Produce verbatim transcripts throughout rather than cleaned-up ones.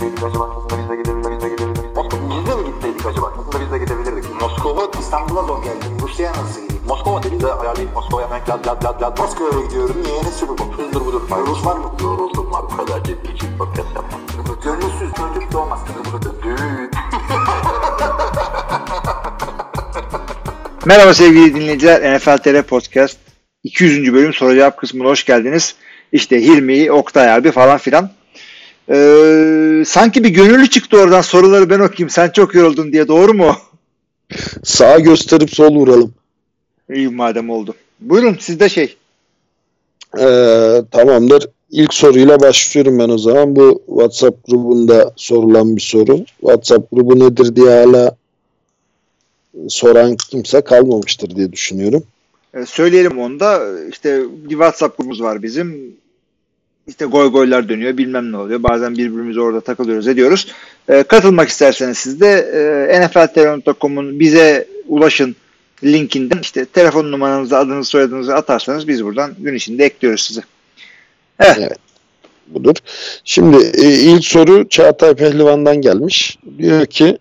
acaba? Aslında biz de gidebiliriz, biz de gidebiliriz. Biz de mi gitseydik acaba? Aslında biz de gidebilirdik. Moskova, İstanbul'a zor geldim. Rusya'ya nasıl gideyim? Moskova dedi de ayarlayıp Moskova'ya hemen lad lad lad lad. Moskova'ya gidiyorum. Niye? Ne sürü bu? Hızdır budur. Rus var mı? Yoruldum var. Bu kadar ciddi için podcast yapmam. Gönülsüz çocuk doğmaz. Düğün. Merhaba sevgili dinleyiciler. N F L T R Podcast iki yüzüncü bölüm soru cevap kısmına hoş geldiniz. İşte Hilmi, Oktay abi falan filan. Ee, sanki bir gönüllü çıktı oradan, soruları ben okuyayım. Sen çok yoruldun diye, doğru mu? Sağa gösterip sol vuralım. İyi madem oldu. Buyurun sizde şey. Ee, tamamdır. İlk soruyla başlıyorum ben o zaman. Bu WhatsApp grubunda sorulan bir soru. WhatsApp grubu nedir diye hala soran kimse kalmamıştır diye düşünüyorum. Ee, söyleyelim onu da. İşte bir WhatsApp grubumuz var bizim. İşte goy goylar dönüyor, bilmem ne oluyor. Bazen birbirimize orada takılıyoruz, ediyoruz. Ee, katılmak isterseniz siz de e, N F L T R nokta com'un bize ulaşın linkinden işte telefon numaranızı, adınızı, soyadınızı atarsanız biz buradan gün içinde ekliyoruz sizi. Evet. Evet. Budur. Şimdi e, ilk soru Çağatay Pehlivan'dan gelmiş. Diyor ki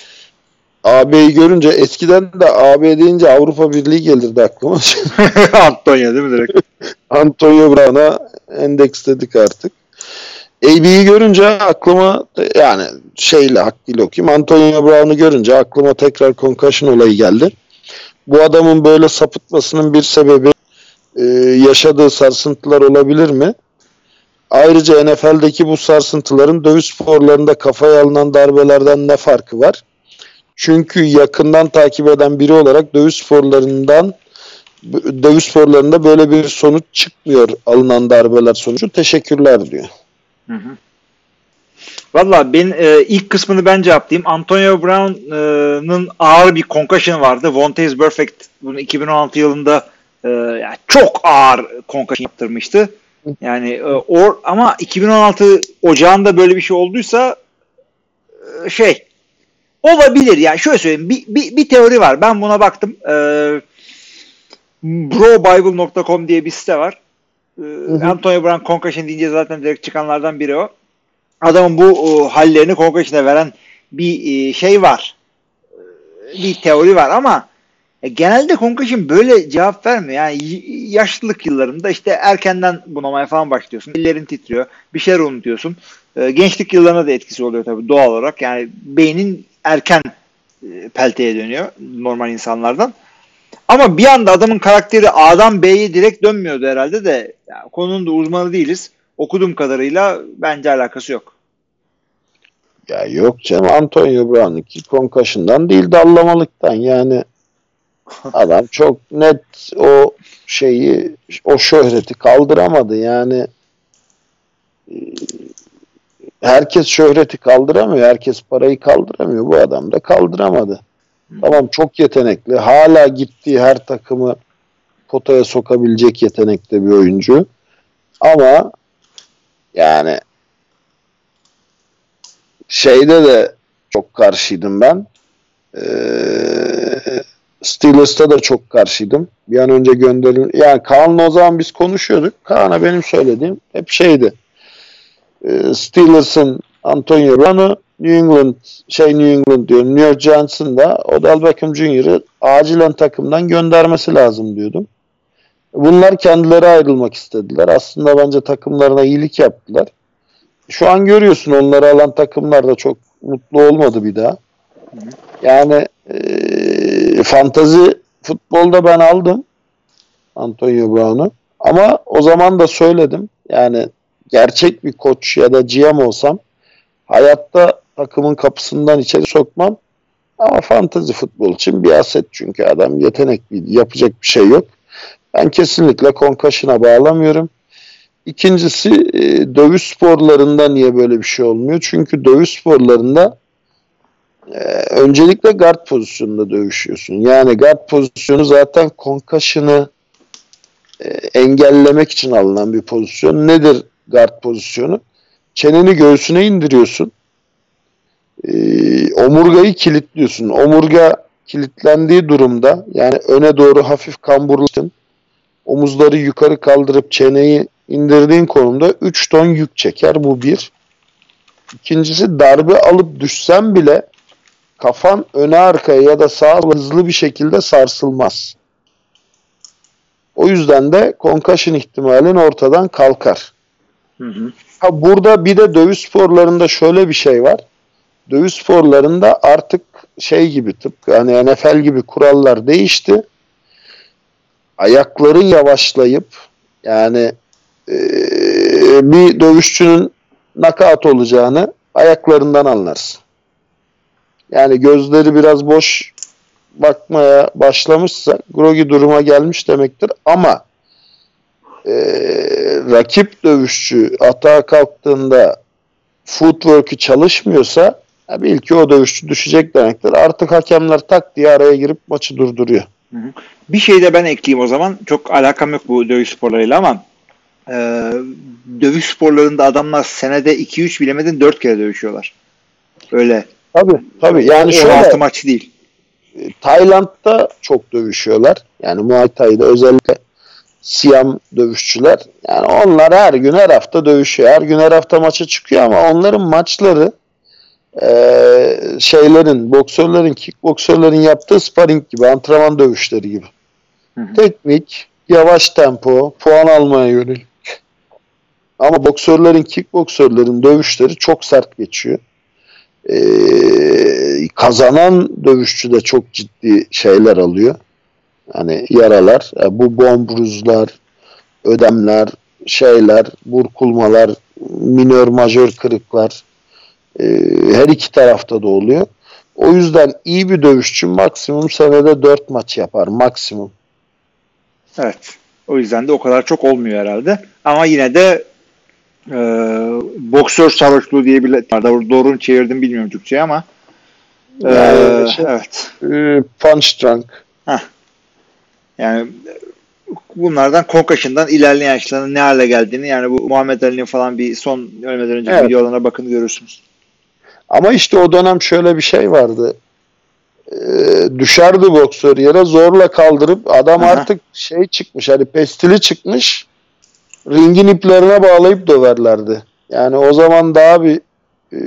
A B'yi görünce, eskiden de A B deyince Avrupa Birliği gelirdi aklıma. Antonio değil mi direkt? Antonio Brown'a endeksledik artık. A B'yi görünce aklıma, yani şeyle hakkıyla okuyayım. Antonio Brown'u görünce aklıma tekrar concussion olayı geldi. Bu adamın böyle sapıtmasının bir sebebi e, yaşadığı sarsıntılar olabilir mi? Ayrıca N F L'deki bu sarsıntıların dövüş sporlarında kafaya alınan darbelerden ne farkı var? Çünkü yakından takip eden biri olarak dövüş sporlarından dövüş sporlarında böyle bir sonuç çıkmıyor alınan darbeler sonucu. Teşekkürler diyor. Hı hı. Valla ben e, ilk kısmını ben cevaplayayım. Antonio Brown'ın ağır bir concussion vardı. Vontaze Burfict bunu iki bin on altı yılında e, yani çok ağır concussion yaptırmıştı. Yani e, or, ama iki bin on altı ocağında böyle bir şey olduysa e, şey olabilir. Yani şöyle söyleyeyim. Bir, bir, bir teori var. Ben buna baktım. E, bro bible nokta com diye bir site var. E, hı hı. Antonio Brown concussion deyince zaten direkt çıkanlardan biri o. Adamın bu o, hallerini concussion'a veren bir e, şey var. E, bir teori var ama e, genelde concussion böyle cevap vermiyor. Yani y- yaşlılık yıllarında işte erkenden bunamaya falan başlıyorsun. Ellerin titriyor. Bir şeyler unutuyorsun. E, gençlik yıllarına da etkisi oluyor tabii doğal olarak. Yani beynin erken e, pelteye dönüyor normal insanlardan. Ama bir anda adamın karakteri A'dan B'ye direkt dönmüyordu herhalde de. Yani konunun da uzmanı değiliz. Okuduğum kadarıyla bence alakası yok. Ya yok canım, Antonio Brown'unki concussion'dan değil, dallamalıktan. Yani adam çok net o şeyi, o şöhreti kaldıramadı. Yani herkes şöhreti kaldıramıyor, herkes parayı kaldıramıyor. Bu adam da kaldıramadı. Hmm. Tamam, çok yetenekli. Hala gittiği her takımı potaya sokabilecek yetenekte bir oyuncu. Ama yani şeyde de çok karşıydım ben. Ee, Steelers'ta da çok karşıydım. Bir an önce gönderin. Yani Kaan'la o zaman biz konuşuyorduk. Kaan'a benim söylediğim hep şeydi. Ee, Steelers'ın Antonio Brown'u, New England şey New England diyorum, New York Giants'ın da Odell Beckham Junior'ı acilen takımdan göndermesi lazım diyordum. Bunlar kendileri ayrılmak istediler. Aslında bence takımlarına iyilik yaptılar. Şu an görüyorsun, onları alan takımlar da çok mutlu olmadı bir daha. Yani e, fantazi futbolda ben aldım Antonio Brown'u. Ama o zaman da söyledim. Yani gerçek bir koç ya da G M olsam hayatta takımın kapısından içeri sokmam. Ama fantazi futbol için bir aset, çünkü adam yetenekli, yapacak bir şey yok. Ben kesinlikle concussion'a bağlamıyorum. İkincisi, e, dövüş sporlarında niye böyle bir şey olmuyor? Çünkü dövüş sporlarında e, öncelikle guard pozisyonunda dövüşüyorsun. Yani guard pozisyonu zaten concussion'ı e, engellemek için alınan bir pozisyon. Nedir guard pozisyonu? Çeneni göğsüne indiriyorsun. E, omurgayı kilitliyorsun. Omurga kilitlendiği durumda, yani öne doğru hafif kamburlasın. Omuzları yukarı kaldırıp çeneyi indirdiğin konumda üç ton yük çeker. Bu bir. İkincisi darbe alıp düşsen bile kafan öne arkaya ya da sağa hızlı bir şekilde sarsılmaz. O yüzden de concussion ihtimalin ortadan kalkar. Hı hı. Ha, burada bir de dövüş sporlarında şöyle bir şey var. Dövüş sporlarında artık şey gibi, tıpkı hani N F L gibi kurallar değişti. Ayakların yavaşlayıp yani e, bir dövüşçünün knockout olacağını ayaklarından anlarsın. Yani gözleri biraz boş bakmaya başlamışsa groggy duruma gelmiş demektir. Ama e, rakip dövüşçü atağa kalktığında footwork'ü çalışmıyorsa bil ki o dövüşçü düşecek demektir. Artık hakemler tak diye araya girip maçı durduruyor. Hı hı. Bir şey de ben ekleyeyim o zaman. Çok alakam yok bu dövüş sporlarıyla ama e, dövüş sporlarında adamlar senede iki üç bilemedin dört kere dövüşüyorlar. Öyle. Tabii tabii. Yani şöyle, on altı maç değil. Tayland'da çok dövüşüyorlar. Yani Muay Thai'de özellikle Siam dövüşçüler. Yani onlar her gün her hafta dövüşüyor. Her gün her hafta maça çıkıyor ama onların maçları Ee, şeylerin, boksörlerin, kickboksörlerin yaptığı sparring gibi, antrenman dövüşleri gibi. Hı hı. Teknik, yavaş tempo, puan almaya yönelik. Ama boksörlerin, kickboksörlerin dövüşleri çok sert geçiyor. Ee, kazanan dövüşçü de çok ciddi şeyler alıyor. Yani yaralar, yani bu bombruzlar, ödemler, şeyler, burkulmalar, minör, majör kırıklar. Her iki tarafta da oluyor. O yüzden iyi bir dövüşçü maksimum senede dört maç yapar. Maksimum. Evet. O yüzden de o kadar çok olmuyor herhalde. Ama yine de e, boksör sarhoşluğu diye bir doğru, doğru çevirdim bilmiyorum Türkçe'ye ama e, yani şey, evet. E, punch drunk. Heh. Yani bunlardan concussion'dan ilerleyen yaşlarının ne hale geldiğini yani bu Muhammed Ali'nin falan bir son ölmeden önce evet. videolarına bakın görürsünüz. Ama işte o dönem şöyle bir şey vardı. Ee, düşerdi boksör yere zorla kaldırıp adam Aha. artık şey çıkmış hani pestili çıkmış ringin iplerine bağlayıp döverlerdi. Yani o zaman daha bir e,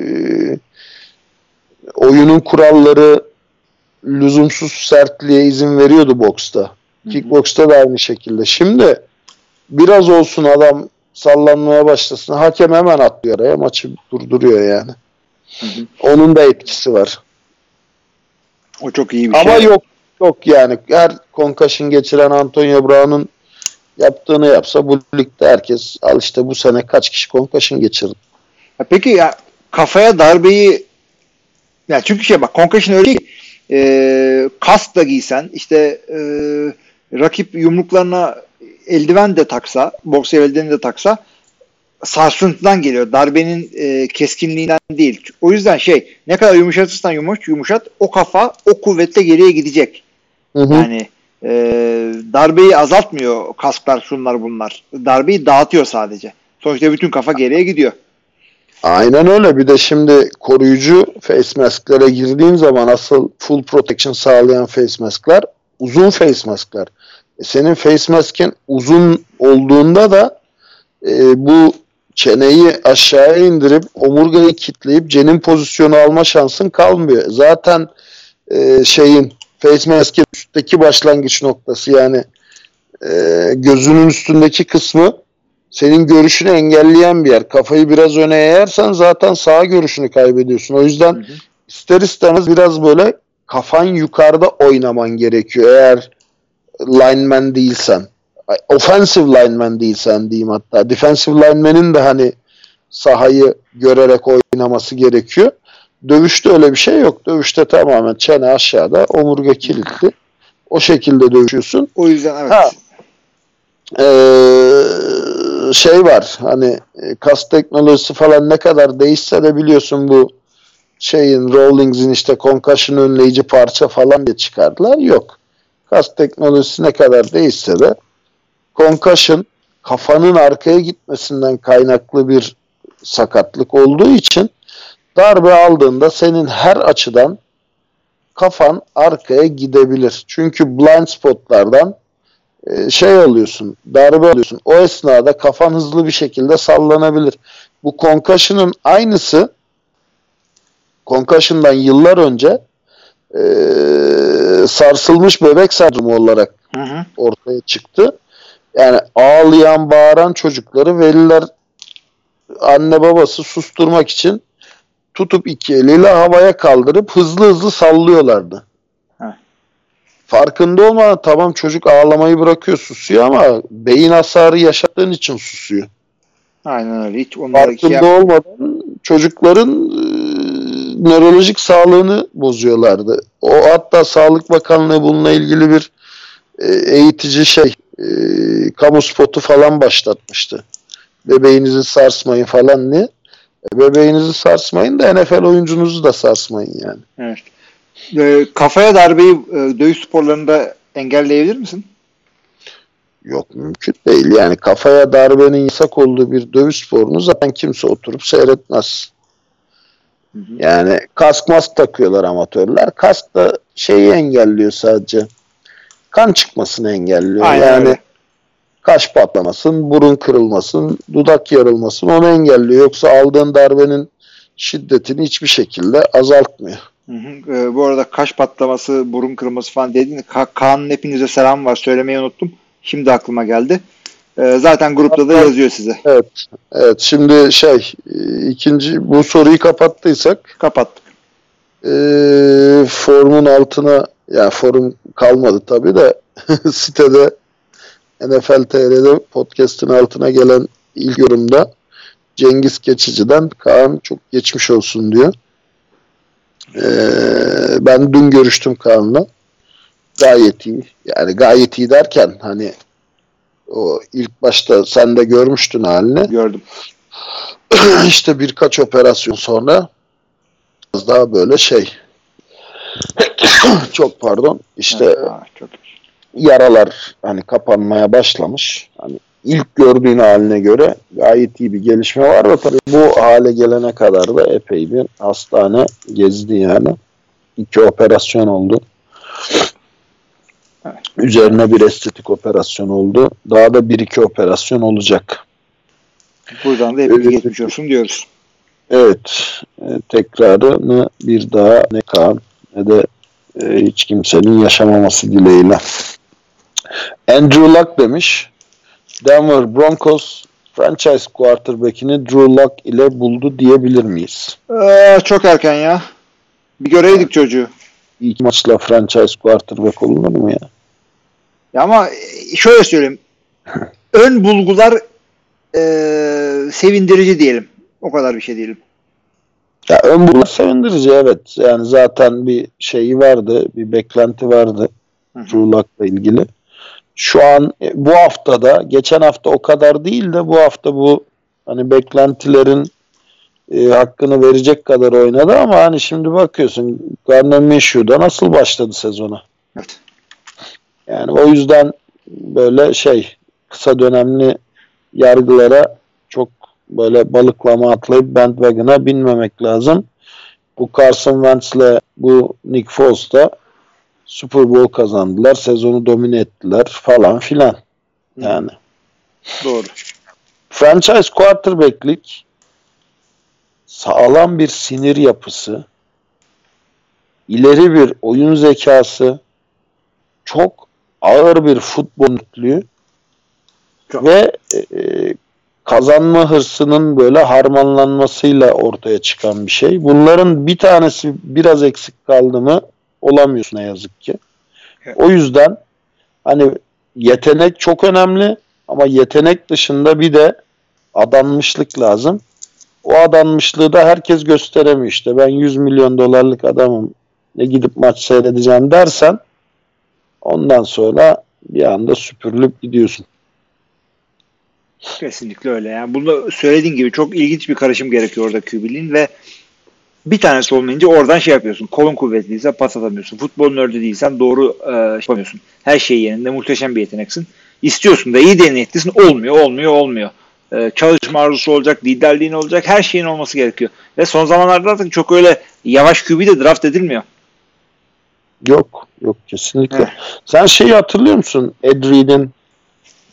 oyunun kuralları lüzumsuz sertliğe izin veriyordu boksta. Kickboksta da aynı şekilde. Şimdi biraz olsun adam sallanmaya başlasın. Hakem hemen atlıyor araya maçı durduruyor yani. Hı hı. Onun da etkisi var. O çok iyi bir Ama şey. Ama yok yok yani her concussion geçiren Antonio Brown'un yaptığını yapsa bu ligde herkes al işte bu sene kaç kişi concussion geçirdi. Ya peki ya kafaya darbeyi ya çünkü şey bak concussion öyle ki e, kask da giysen işte e, rakip yumruklarına eldiven de taksa boks eldiveni de taksa sarsıntıdan geliyor. Darbenin e, keskinliğinden değil. O yüzden şey ne kadar yumuşatırsan yumuş, yumuşat o kafa o kuvvetle geriye gidecek. Hı hı. Yani e, darbeyi azaltmıyor kasklar şunlar bunlar. Darbeyi dağıtıyor sadece. Sonuçta bütün kafa geriye gidiyor. Aynen öyle. Bir de şimdi koruyucu face mask'lere girdiğin zaman asıl full protection sağlayan face mask'ler uzun face mask'ler. E senin face mask'in uzun olduğunda da e, bu çeneyi aşağıya indirip omurgayı kilitleyip cenin pozisyonu alma şansın kalmıyor. Zaten e, şeyin face mask'in üstteki başlangıç noktası yani e, gözünün üstündeki kısmı senin görüşünü engelleyen bir yer. Kafayı biraz öne eğersen zaten sağ görüşünü kaybediyorsun. O yüzden hı hı. ister istemez biraz böyle kafan yukarıda oynaman gerekiyor. Eğer lineman değilsen. Offensive lineman değilsen diyeyim hatta. Defensive lineman'in de hani sahayı görerek oynaması gerekiyor. Dövüşte öyle bir şey yok. Dövüşte tamamen çene aşağıda, omurga kilitli. O şekilde dövüşüyorsun. O yüzden evet. Ha, ee, şey var hani kas teknolojisi falan ne kadar değişse de biliyorsun bu şeyin Rawlings'in işte concussion önleyici parça falan diye çıkardılar. Yok. Kas teknolojisi ne kadar değişse de concussion kafanın arkaya gitmesinden kaynaklı bir sakatlık olduğu için darbe aldığında senin her açıdan kafan arkaya gidebilir. Çünkü blind spotlardan şey alıyorsun, darbe alıyorsun. O esnada kafan hızlı bir şekilde sallanabilir. Bu concussion'ın aynısı concussion'dan yıllar önce e, sarsılmış bebek sendromu olarak hı hı. ortaya çıktı. Yani ağlayan, bağıran çocukları veliler, anne babası susturmak için tutup iki eliyle havaya kaldırıp hızlı hızlı sallıyorlardı. Heh. Farkında olmadan tamam çocuk ağlamayı bırakıyor, susuyor ama beyin hasarı yaşattığın için susuyor. Aynen öyle. Hiç onları Farkında şey olmadan çocukların e, nörolojik sağlığını bozuyorlardı. O hatta Sağlık Bakanlığı bununla ilgili bir e, eğitici şey, e, kamu spotu falan başlatmıştı. Bebeğinizi sarsmayın falan diye. E, bebeğinizi sarsmayın da N F L oyuncunuzu da sarsmayın yani. Evet. E, kafaya darbeyi e, dövüş sporlarında engelleyebilir misin? Yok, mümkün değil. Yani kafaya darbenin yasak olduğu bir dövüş sporunu zaten kimse oturup seyretmez. Hı hı. Yani kask mask takıyorlar amatörler. Kask da şeyi engelliyor sadece. Kan çıkmasını engelliyor. Aynen yani öyle. Kaş patlamasın, burun kırılmasın, dudak yarılmasın, onu engelliyor. Yoksa aldığın darbenin şiddetini hiçbir şekilde azaltmıyor. Hı hı. E, bu arada kaş patlaması, burun kırılması falan dediğin Ka- Kaan'ın hepinize selam var. Söylemeyi unuttum. Şimdi aklıma geldi. E, zaten grupta da yazıyor size. Evet. Evet. Şimdi şey ikinci bu soruyu kapattıysak Kapattık. E, forumun altına, yani forum kalmadı tabii de sitede N F L T R'de podcast'ın altına gelen ilk yorumda Cengiz Geçici'den Kaan çok geçmiş olsun diyor. Ee, ben dün görüştüm Kaan'la. Gayet iyi. Yani gayet iyi derken hani o ilk başta sen de görmüştün halini. Gördüm. İşte birkaç operasyon sonra biraz daha böyle şey çok pardon işte Evet, aa, çok yaralar hani kapanmaya başlamış. Hani ilk gördüğün haline göre gayet iyi bir gelişme var da tabii bu hale gelene kadar da epey bir hastane gezdi yani. İki operasyon oldu. Evet. Üzerine bir estetik operasyon oldu. Daha da bir iki operasyon olacak. Buradan da hepimiz geçmiş olsun diyoruz. Evet. E, tekrarını bir daha ne Kaan ne de e, hiç kimsenin yaşamaması dileğiyle. Andrew Luck demiş. Denver Broncos franchise quarterback'ini Drew Luck ile buldu diyebilir miyiz? Ee, çok erken ya. Bir göreydik çocuğu. İlk maçla franchise quarterback olunur mu ya? Ya ama şöyle söyleyeyim. Ön bulgular e, sevindirici diyelim. O kadar bir şey diyelim. Ya ön bulgular sevindirici evet. Yani zaten bir şeyi vardı. Bir beklenti vardı. Drew Luck'la ilgili. Şu an bu haftada, geçen hafta o kadar değil de bu hafta bu hani beklentilerin e, hakkını verecek kadar oynadı ama hani şimdi bakıyorsun Gardner Minshew'da nasıl başladı sezona. Evet. Yani o yüzden böyle şey kısa dönemli yargılara çok böyle balıklama atlayıp bandwagon'a binmemek lazım. Bu Carson Wentz'le bu Nick Foles da Super Bowl kazandılar. Sezonu domine ettiler falan filan. Yani. Doğru. Franchise quarterback'lik sağlam bir sinir yapısı, ileri bir oyun zekası, çok ağır bir futbol nüklüğü ve e, kazanma hırsının böyle harmanlanmasıyla ortaya çıkan bir şey. Bunların bir tanesi biraz eksik kaldı mı olamıyorsun ne yazık ki. Evet. O yüzden hani yetenek çok önemli ama yetenek dışında bir de adanmışlık lazım. O adanmışlığı da herkes gösteremiyor işte. Ben yüz milyon dolarlık adamım ne gidip maç seyredeceğim dersen ondan sonra bir anda süpürülüp gidiyorsun. Kesinlikle öyle. Yani bunu söylediğin gibi çok ilginç bir karışım gerekiyor orada Q B'liğin ve bir tanesi olmayınca oradan şey yapıyorsun. Kolun kuvvetliyse pas atamıyorsun. Futbolun örgü değilsen doğru e, yapamıyorsun. Her şey yerinde. Muhteşem bir yeteneksin. İstiyorsun da iyi de niyetlisin. Olmuyor, olmuyor, olmuyor. E, çalışma arzusu olacak, liderliğin olacak. Her şeyin olması gerekiyor. Ve son zamanlarda artık çok öyle yavaş Q B de draft edilmiyor. Yok. Yok kesinlikle. Heh. Sen şeyi hatırlıyor musun? Ed Reed'in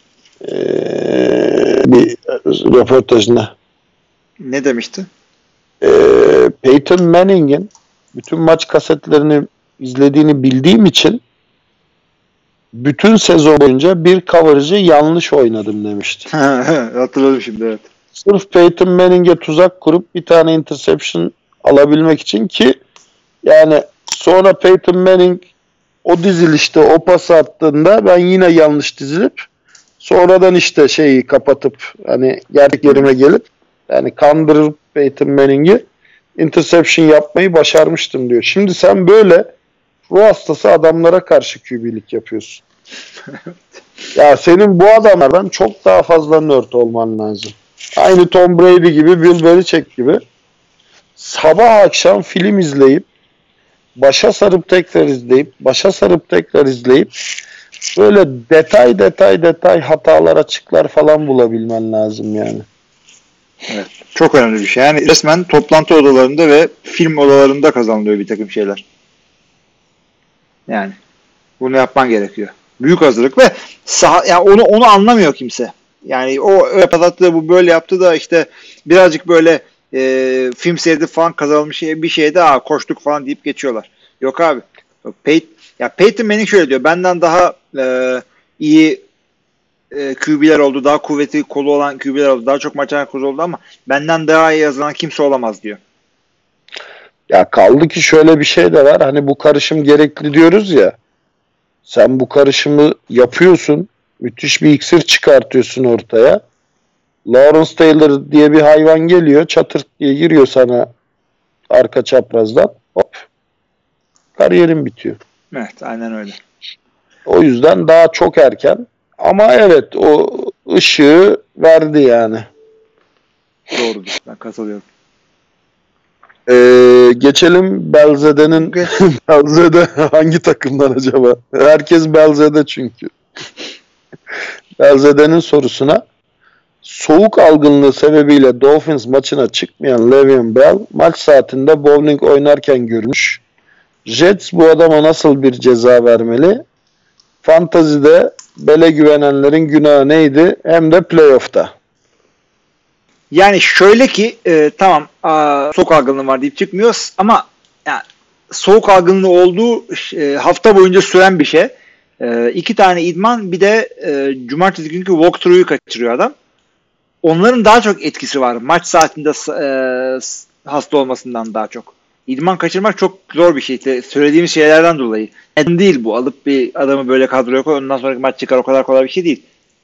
ee, bir röportajında. Ne demişti? e, Peyton Manning'in bütün maç kasetlerini izlediğini bildiğim için bütün sezon boyunca bir coverage'ı yanlış oynadım demişti. Hatırladım şimdi, evet. Sırf Peyton Manning'e tuzak kurup bir tane interception alabilmek için ki yani sonra Peyton Manning o dizilişte o pas attığında ben yine yanlış dizilip sonradan işte şeyi kapatıp hani gerçek yerime gelip yani kandırıp Peyton Manning'i interception yapmayı başarmıştım diyor. Şimdi sen böyle ruh hastası adamlara karşı Q B'lik yapıyorsun. Ya senin bu adamlardan çok daha fazla nerd olman lazım. Aynı Tom Brady gibi, Bill Belichick gibi sabah akşam film izleyip başa sarıp tekrar izleyip başa sarıp tekrar izleyip böyle detay detay detay hatalar, açıklar falan bulabilmen lazım yani. Evet. Çok önemli bir şey. Yani resmen toplantı odalarında ve film odalarında kazanılıyor bir takım şeyler. Yani bunu yapman gerekiyor. Büyük hazırlık ve saha, yani onu onu anlamıyor kimse. Yani o öyle bu böyle yaptı da işte birazcık böyle e, film seyredip falan kazanılmış şey, bir şeyde aa koştuk falan deyip geçiyorlar. Yok abi. Pey, ya Peyton Manning şöyle diyor. Benden daha e, iyi e, Q B'ler oldu. Daha kuvvetli kolu olan Q B'ler oldu. Daha çok maç kolu oldu ama benden daha iyi yazılan kimse olamaz diyor. Ya kaldı ki şöyle bir şey de var. Hani bu karışım gerekli diyoruz ya. Sen bu karışımı yapıyorsun. Müthiş bir iksir çıkartıyorsun ortaya. Lawrence Taylor diye bir hayvan geliyor. Çatırt diye giriyor sana arka çaprazdan. Hop. Kariyerin bitiyor. Evet, aynen öyle. O yüzden daha çok erken. Ama evet o ışığı verdi yani. Doğrudur. Ben katılıyorum. Ee, geçelim Belzede'nin Belzede hangi takımdan acaba? Herkes Belzede çünkü. Belzede'nin sorusuna soğuk algınlığı sebebiyle Dolphins maçına çıkmayan Le'Veon Bell maç saatinde bowling oynarken görmüş. Jets bu adama nasıl bir ceza vermeli? Fantazide Bell'e güvenenlerin günahı neydi? Hem de playoff'ta. Yani şöyle ki e, tamam a, soğuk algınlığı var deyip çıkmıyoruz ama yani, soğuk algınlığı olduğu e, hafta boyunca süren bir şey. E, iki tane idman bir de e, cumartesi günkü walkthrough'u kaçırıyor adam. Onların daha çok etkisi var. Maç saatinde e, hasta olmasından daha çok. İdman kaçırmak çok zor bir şey. Söylediğimiz şeylerden dolayı. Neden değil bu. Alıp bir adamı böyle kadroya koy ondan sonraki maç çıkar o kadar kolay bir şey değil.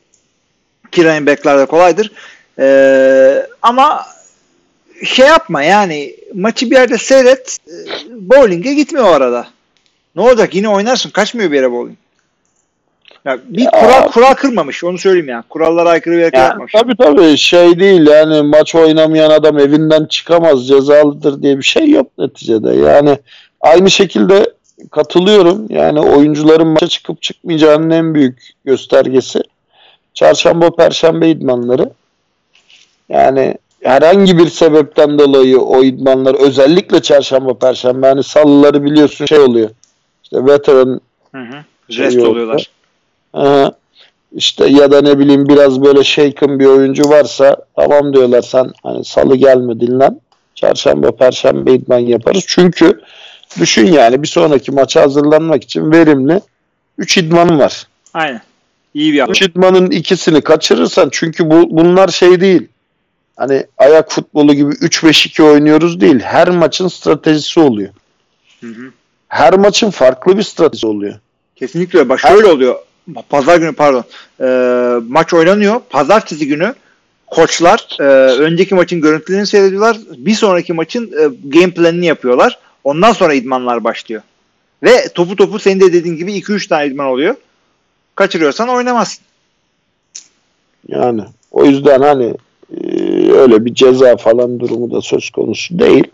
Ki running back'ler de kolaydır. Ee, ama şey yapma yani maçı bir yerde seyret e, bowling'e gitme o arada. Ne olacak? Yine oynarsın. Kaçmıyor bir yere bowling. Ya bir ya. kural kural kırmamış. Onu söyleyeyim ya. Kurallara aykırı bir hareket ya, yapmamış. Tabii tabii şey değil yani maç oynamayan adam evinden çıkamaz cezalıdır diye bir şey yok neticede. Yani aynı şekilde katılıyorum. Yani oyuncuların maça çıkıp çıkmayacağının en büyük göstergesi çarşamba perşembe idmanları. Yani herhangi bir sebepten dolayı o idmanlar özellikle çarşamba perşembe hani salıları biliyorsun şey oluyor. İşte veteran hı hı. Rest şey oluyorlar. Aha. İşte ya da ne bileyim biraz böyle shaken bir oyuncu varsa tamam diyorlar sen hani salı gelme dinlen. Çarşamba perşembe idman yaparız. Çünkü düşün yani bir sonraki maça hazırlanmak için verimli üç idman var. Aynen. İyi bir üç idmanın ikisini kaçırırsan çünkü bu bunlar şey değil. Hani ayak futbolu gibi üç beş iki oynuyoruz değil. Her maçın stratejisi oluyor. Hı hı. Her maçın farklı bir stratejisi oluyor. Kesinlikle öyle. Bak şöyle oluyor. Pazar günü pardon. Ee, maç oynanıyor. Pazartesi günü koçlar e, önceki maçın görüntülerini seyrediyorlar. Bir sonraki maçın e, game planını yapıyorlar. Ondan sonra idmanlar başlıyor. Ve topu topu senin de dediğin gibi iki üç tane idman oluyor. Kaçırıyorsan oynamazsın. Yani o yüzden hani öyle bir ceza falan durumu da söz konusu değil.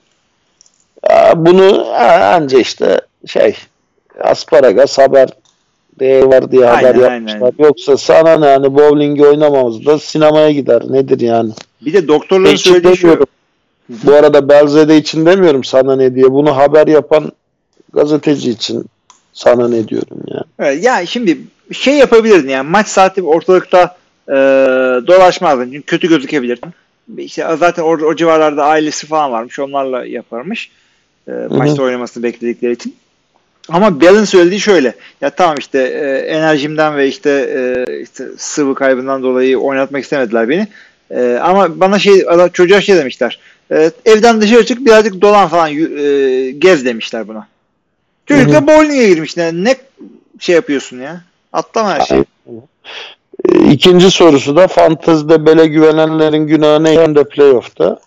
Bunu anca işte şey asparagas haber değeri var diye aynen, haber yapmışlar. Aynen. Yoksa sana ne hani bowling oynamamız da sinemaya gider. Nedir yani? Bir de doktorların söylediği şu. Bu arada Belzede için demiyorum sana ne diye. Bunu haber yapan gazeteci için sana ne diyorum yani. Evet, ya şimdi şey yapabilirdin yani maç saati ortalıkta e, dolaşmazdın. Çünkü kötü gözükebilir. İşte zaten o, o civarlarda ailesi falan varmış. Onlarla yaparmış. E, maçta oynamasını bekledikleri için. Ama Bell'in söylediği şöyle. Ya tamam işte e, enerjimden ve işte, e, işte sıvı kaybından dolayı oynatmak istemediler beni. E, ama bana şey çocuğa şey demişler. E, evden dışarı çık birazcık dolan falan e, gez demişler buna. Çocuk da bowling'e girmiş. Ne, ne şey yapıyorsun ya? Atlama her şeyi. İkinci sorusu da fantezide Bell'e güvenenlerin günahı ne hem de playoff'ta.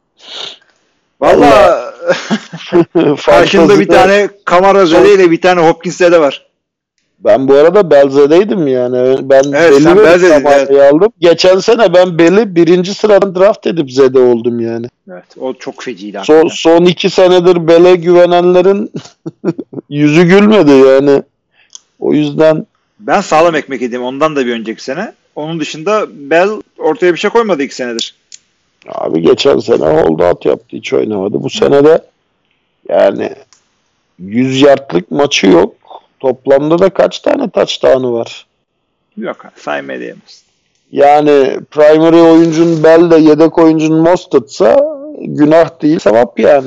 Valla karşında bir tane Kamara Zede ile bir tane Hopkins'e de var. Ben bu arada Belze'deydim yani. Ben evet, Bell'i ve Kamara'yı evet. aldım. Geçen sene ben Bell'i birinci sıradan draft edip Zede oldum yani. Evet, o çok feciydi. So, son iki senedir Bell'e güvenenlerin yüzü gülmedi yani. O yüzden ben sağlam ekmek yedim ondan da bir önceki sene. Onun dışında Bell ortaya bir şey koymadı iki senedir. Abi geçen sene hold out yaptı. Hiç oynamadı. Bu sene de yani yüz yardlık maçı yok. Toplamda da kaç tane touchdown'u var? Yok saymaya değmez. Yani primary oyuncun Bell de yedek oyuncun Mostert'sa günah değil sevap yani.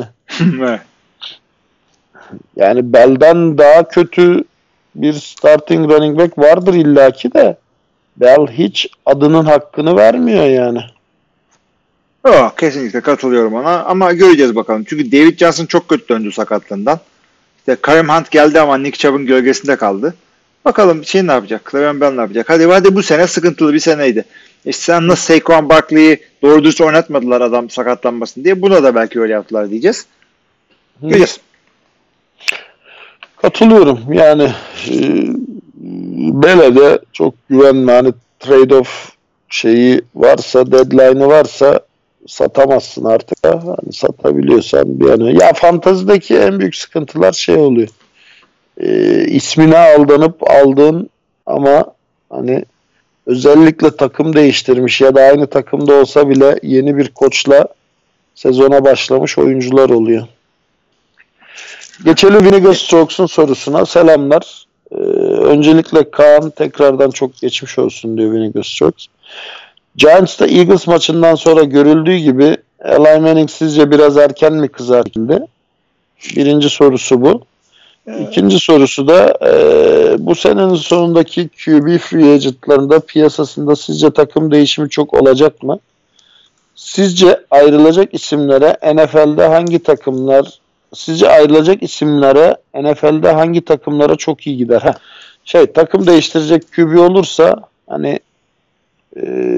Yani Bell'den daha kötü bir starting running back vardır illaki de Bell hiç adının hakkını vermiyor yani. Oh, kesinlikle katılıyorum ona ama göreceğiz bakalım. Çünkü David Johnson çok kötü döndü sakatlığından. İşte Kareem Hunt geldi ama Nick Chubb'ın gölgesinde kaldı. Bakalım şey ne yapacak? Le'Veon Bell ne yapacak? Hadi hadi bu sene sıkıntılı bir seneydi. İşte sen nasıl Saquon Barkley'i doğru dürüst oynatmadılar adam sakatlanmasın diye. Buna da belki öyle yaptılar diyeceğiz. Hı. Göreceğiz. Katılıyorum. Yani e, Bell'e de çok güvenme. Hani trade-off şeyi varsa, deadline'ı varsa satamazsın artık. Hani satabiliyorsan bir yana. Ya fantazideki en büyük sıkıntılar şey oluyor. E, ismine aldanıp aldığın ama hani özellikle takım değiştirmiş ya da aynı takımda olsa bile yeni bir koçla sezona başlamış oyuncular oluyor. Geçelim Vinegar Strokes'un sorusuna. Selamlar. Ee, öncelikle Kaan tekrardan çok geçmiş olsun diyor Vinegar Strokes. Giants'ta Eagles maçından sonra görüldüğü gibi Eli Manning sizce biraz erken mi kızar şimdi? Birinci sorusu bu. İkinci sorusu da e, bu senenin sonundaki Q B free agentlarında piyasasında sizce takım değişimi çok olacak mı? Sizce ayrılacak isimlere N F L'de hangi takımlar Sizce ayrılacak isimlere N F L'de hangi takımlara çok iyi gider? Heh. Şey takım değiştirecek Q B olursa hani ee,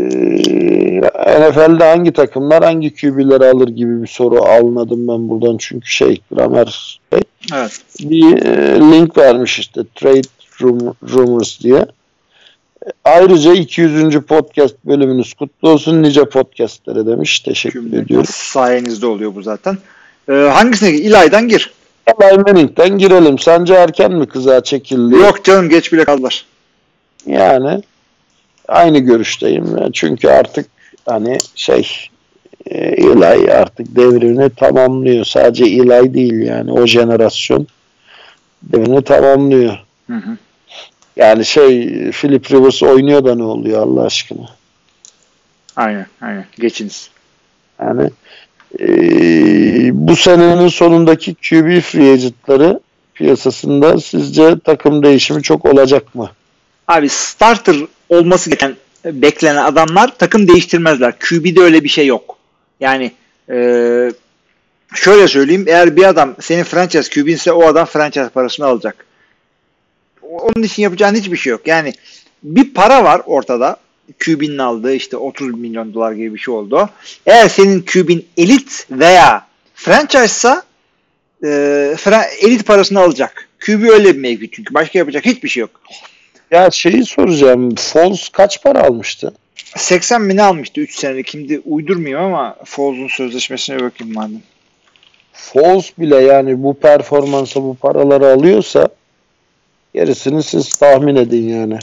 N F L'de hangi takımlar hangi Q B'leri alır gibi bir soru anladım ben buradan çünkü şey gramer şey, evet. bir e, link vermiş işte Trade Rumors diye. Ayrıca iki yüzüncü podcast bölümünüz kutlu olsun nice podcastlere demiş. Teşekkür Cümle ediyorum. Sayenizde oluyor bu zaten. Ee, hangisine gir? İlay'dan gir. Eli Manning'den girelim. Sence erken mi kıza çekildi? Yok canım geç bile kaldılar. Yani aynı görüşteyim. Çünkü artık hani şey Eli artık devrini tamamlıyor. Sadece Eli değil yani o jenerasyon devrini tamamlıyor. Hı hı. Yani şey Philip Rivers oynuyor da ne oluyor Allah aşkına? Aynen aynen geçiniz. Yani e, bu senenin sonundaki Q B free agentları piyasasında sizce takım değişimi çok olacak mı? Abi starter olması gereken beklenen adamlar takım değiştirmezler. Q B'de öyle bir şey yok. Yani e, şöyle söyleyeyim eğer bir adam senin franchise Q B'inse o adam franchise parasını alacak. Onun için yapacağın hiçbir şey yok. Yani bir para var ortada. Q B'nin aldığı işte otuz milyon dolar gibi bir şey oldu. Eğer senin Q B'in elit veya franchise'sa e, fra- elit parasını alacak. Q B öyle bir mevki çünkü. Başka yapacak hiçbir şey yok. Ya şeyi soracağım. Foles kaç para almıştı? seksen bini almıştı üç senelik. Şimdi uydurmayayım ama Foles'un sözleşmesine bakayım madem. Foles bile yani bu performansa bu paraları alıyorsa gerisini siz tahmin edin yani.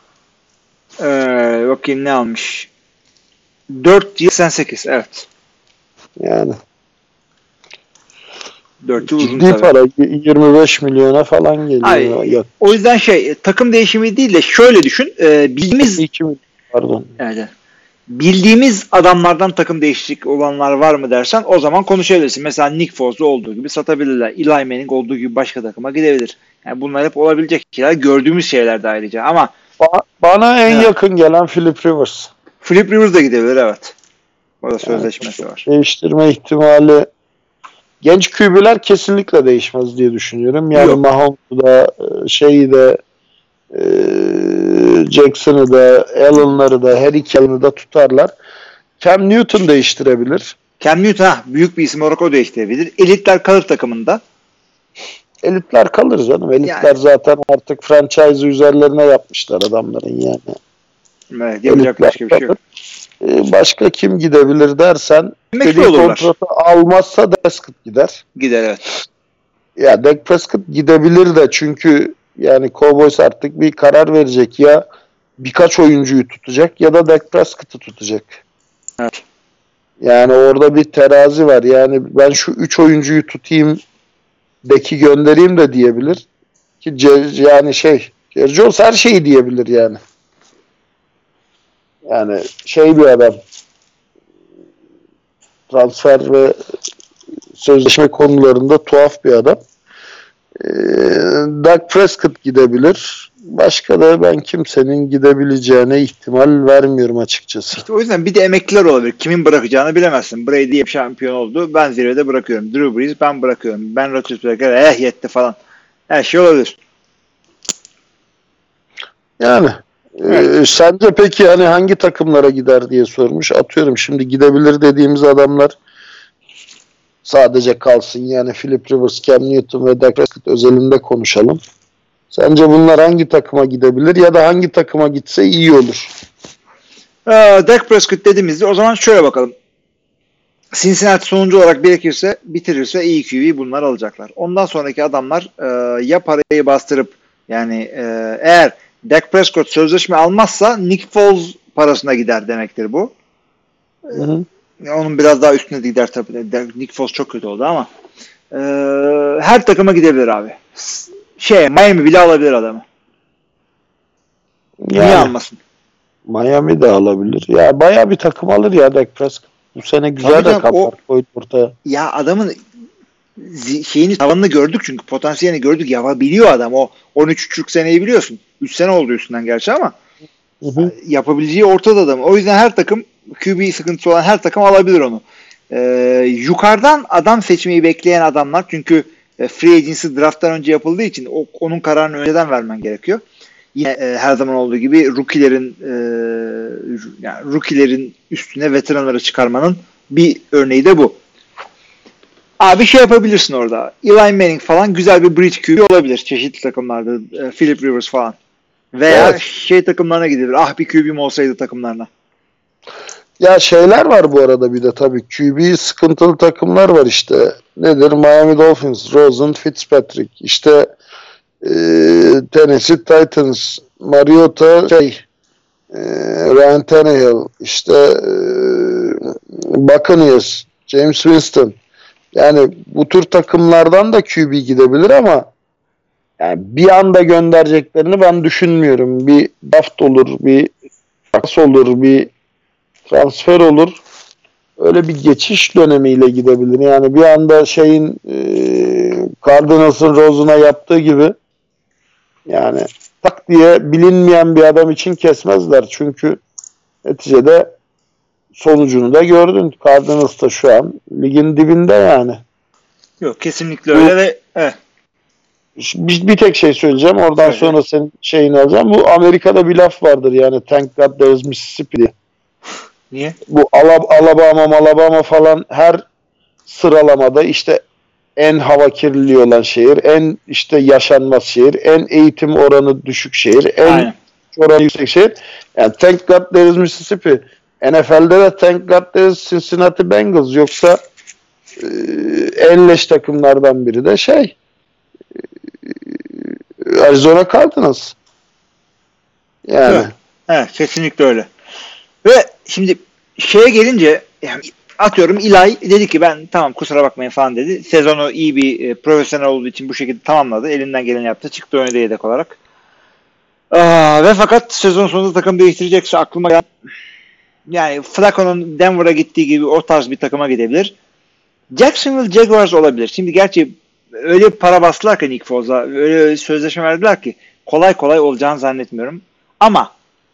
Ee, bakayım ne almış. dört yıl seksen sekiz evet. Yani. dört yıl uzun ciddi tabii. para yirmi beş milyona falan geliyor. Hayır, o yüzden şey takım değişimi değil de şöyle düşün. E, bildiğimiz iki milyon pardon. evet, bildiğimiz adamlardan takım değişiklik olanlar var mı dersen o zaman konuşabilirsin. Mesela Nick Foles'da olduğu gibi satabilirler. Eli Manning olduğu gibi başka takıma gidebilir. Yani bunlar hep olabilecek şeyler. Gördüğümüz şeyler de ayrıca ama Ba- bana en evet. yakın gelen Philip Rivers. Philip Rivers da gidebilir, evet. Orada sözleşmesi yani, var. Değiştirme ihtimali genç Q B'ler kesinlikle değişmez diye düşünüyorum. Yani Mahomes'u da şeyi de e, Jackson'ı da Allen'ları da her iki Allen'ı da tutarlar. Cam Newton değiştirebilir. Cam Newton ha, büyük bir isim olarak o değiştirebilir. Elitler kalır takımında. Elitler kalır canım. Elitler yani, zaten artık franchise üzerlerine yapmışlar adamların yani. Evet, yapacak başka bir şey yok. Ee, başka kim gidebilir dersen Emekli olurlar. Kontratı almazsa Dak Prescott gider. Gider, evet. Ya Dak Prescott gidebilir de çünkü yani Cowboys artık bir karar verecek. Ya birkaç oyuncuyu tutacak ya da Dak Prescott'ı tutacak. Evet. Yani orada bir terazi var. Yani ben şu üç oyuncuyu tutayım, Dak'i göndereyim de diyebilir. Ki yani şey, Jerry Jones her şeyi diyebilir yani. Yani şey bir adam. Transfer ve sözleşme konularında tuhaf bir adam. Ee, Dak Prescott gidebilir. Başka da ben kimsenin gidebileceğine ihtimal vermiyorum açıkçası. İşte o yüzden bir de emekliler olabilir. Kimin bırakacağını bilemezsin. Brady şampiyon oldu. Ben zirvede bırakıyorum. Drew Brees ben bırakıyorum. Ben Roethlisberger eh yetti falan. Her şey olabilir. Yani evet. e, sence peki hani hangi takımlara gider diye sormuş. Atıyorum şimdi gidebilir dediğimiz adamlar sadece kalsın. Yani Philip Rivers, Cam Newton ve Dak Prescott özelinde konuşalım. Sence bunlar hangi takıma gidebilir ya da hangi takıma gitse iyi olur? Ee, Dak Prescott dediğimizde o zaman şöyle bakalım. Cincinnati sonuncu olarak birikirse, bitirirse iyi Q B'yi bunlar alacaklar. Ondan sonraki adamlar e, ya parayı bastırıp yani e, eğer Dak Prescott sözleşme almazsa Nick Foles parasına gider demektir bu. Hı hı. Onun biraz daha üstüne gider tabii. Nick Foles çok kötü oldu ama e, her takıma gidebilir abi. Şey, Miami bile alabilir adamı. Yani, niye almasın? Miami de alabilir. Ya bayağı bir takım alır ya Dak Prescott. Bu sene güzel de kaplar koydu ortaya. Ya adamın şeyini, tavanını gördük çünkü potansiyelini gördük. Yapabiliyor adam. O on üç buçuk seneyi biliyorsun. üç sene oldu üstünden gerçi ama hı hı. yapabileceği ortada adam. O yüzden her takım Q B sıkıntısı olan her takım alabilir onu. Ee, yukarıdan adam seçmeyi bekleyen adamlar çünkü free agency draft'tan önce yapıldığı için o, onun kararını önceden vermen gerekiyor. Yine e, her zaman olduğu gibi rookie'lerin e, yani rookie'lerin üstüne veteranları çıkarmanın bir örneği de bu. Abi şey yapabilirsin orada. Eli Manning falan güzel bir bridge Q B olabilir. Çeşitli takımlarda. E, Philip Rivers falan. Veya evet. şey takımlarına gidilir. Ah bir Q B'm olsaydı takımlarına. Ya şeyler var bu arada bir de tabii. Q B sıkıntılı takımlar var işte. Nedir? Miami Dolphins, Rosen, Fitzpatrick. İşte e, Tennessee Titans, Mariota, şey, e, Ryan Tannehill, işte e, Buccaneers, James Winston. Yani bu tür takımlardan da Q B gidebilir ama yani bir anda göndereceklerini ben düşünmüyorum. Bir draft olur, bir takas olur, bir transfer olur. Öyle bir geçiş dönemiyle gidebilir. Yani bir anda şeyin e, Cardinals'ın Rosen'a yaptığı gibi yani tak diye bilinmeyen bir adam için kesmezler. Çünkü neticede sonucunu da gördün. Cardinals da şu an ligin dibinde yani. Yok kesinlikle öyle. Bu, ve evet. bir, bir tek şey söyleyeceğim. Oradan Söyle. sonra senin şeyini alacağım. Bu Amerika'da bir laf vardır yani Thank God There's Mississippi diye. Niye? Bu Alabama, Alabama falan her sıralamada işte en hava kirliliği olan şehir, en işte yaşanmaz şehir, en eğitim oranı düşük şehir, en Aynen. oranı yüksek şehir. Yani Thank God There's Mississippi. N F L'de de Thank God There's Cincinnati Bengals. Yoksa e, en leş takımlardan biri de şey e, Arizona Cardinals. Yani. Evet. evet, kesinlikle öyle. Ve şimdi şeye gelince yani atıyorum Eli dedi ki ben tamam kusura bakmayın falan dedi. Sezonu iyi bir e, profesyonel olduğu için bu şekilde tamamladı. Elinden geleni yaptı. Çıktı oynadı yedek olarak. Aa, ve fakat sezon sonunda takım değiştirecekse aklıma gelen Yani Flacco'nun Denver'a gittiği gibi o tarz bir takıma gidebilir. Jacksonville Jaguars olabilir. Şimdi gerçi öyle bir para bastılar ki Nick Foles'a, öyle sözleşme verdiler ki kolay kolay olacağını zannetmiyorum. Ama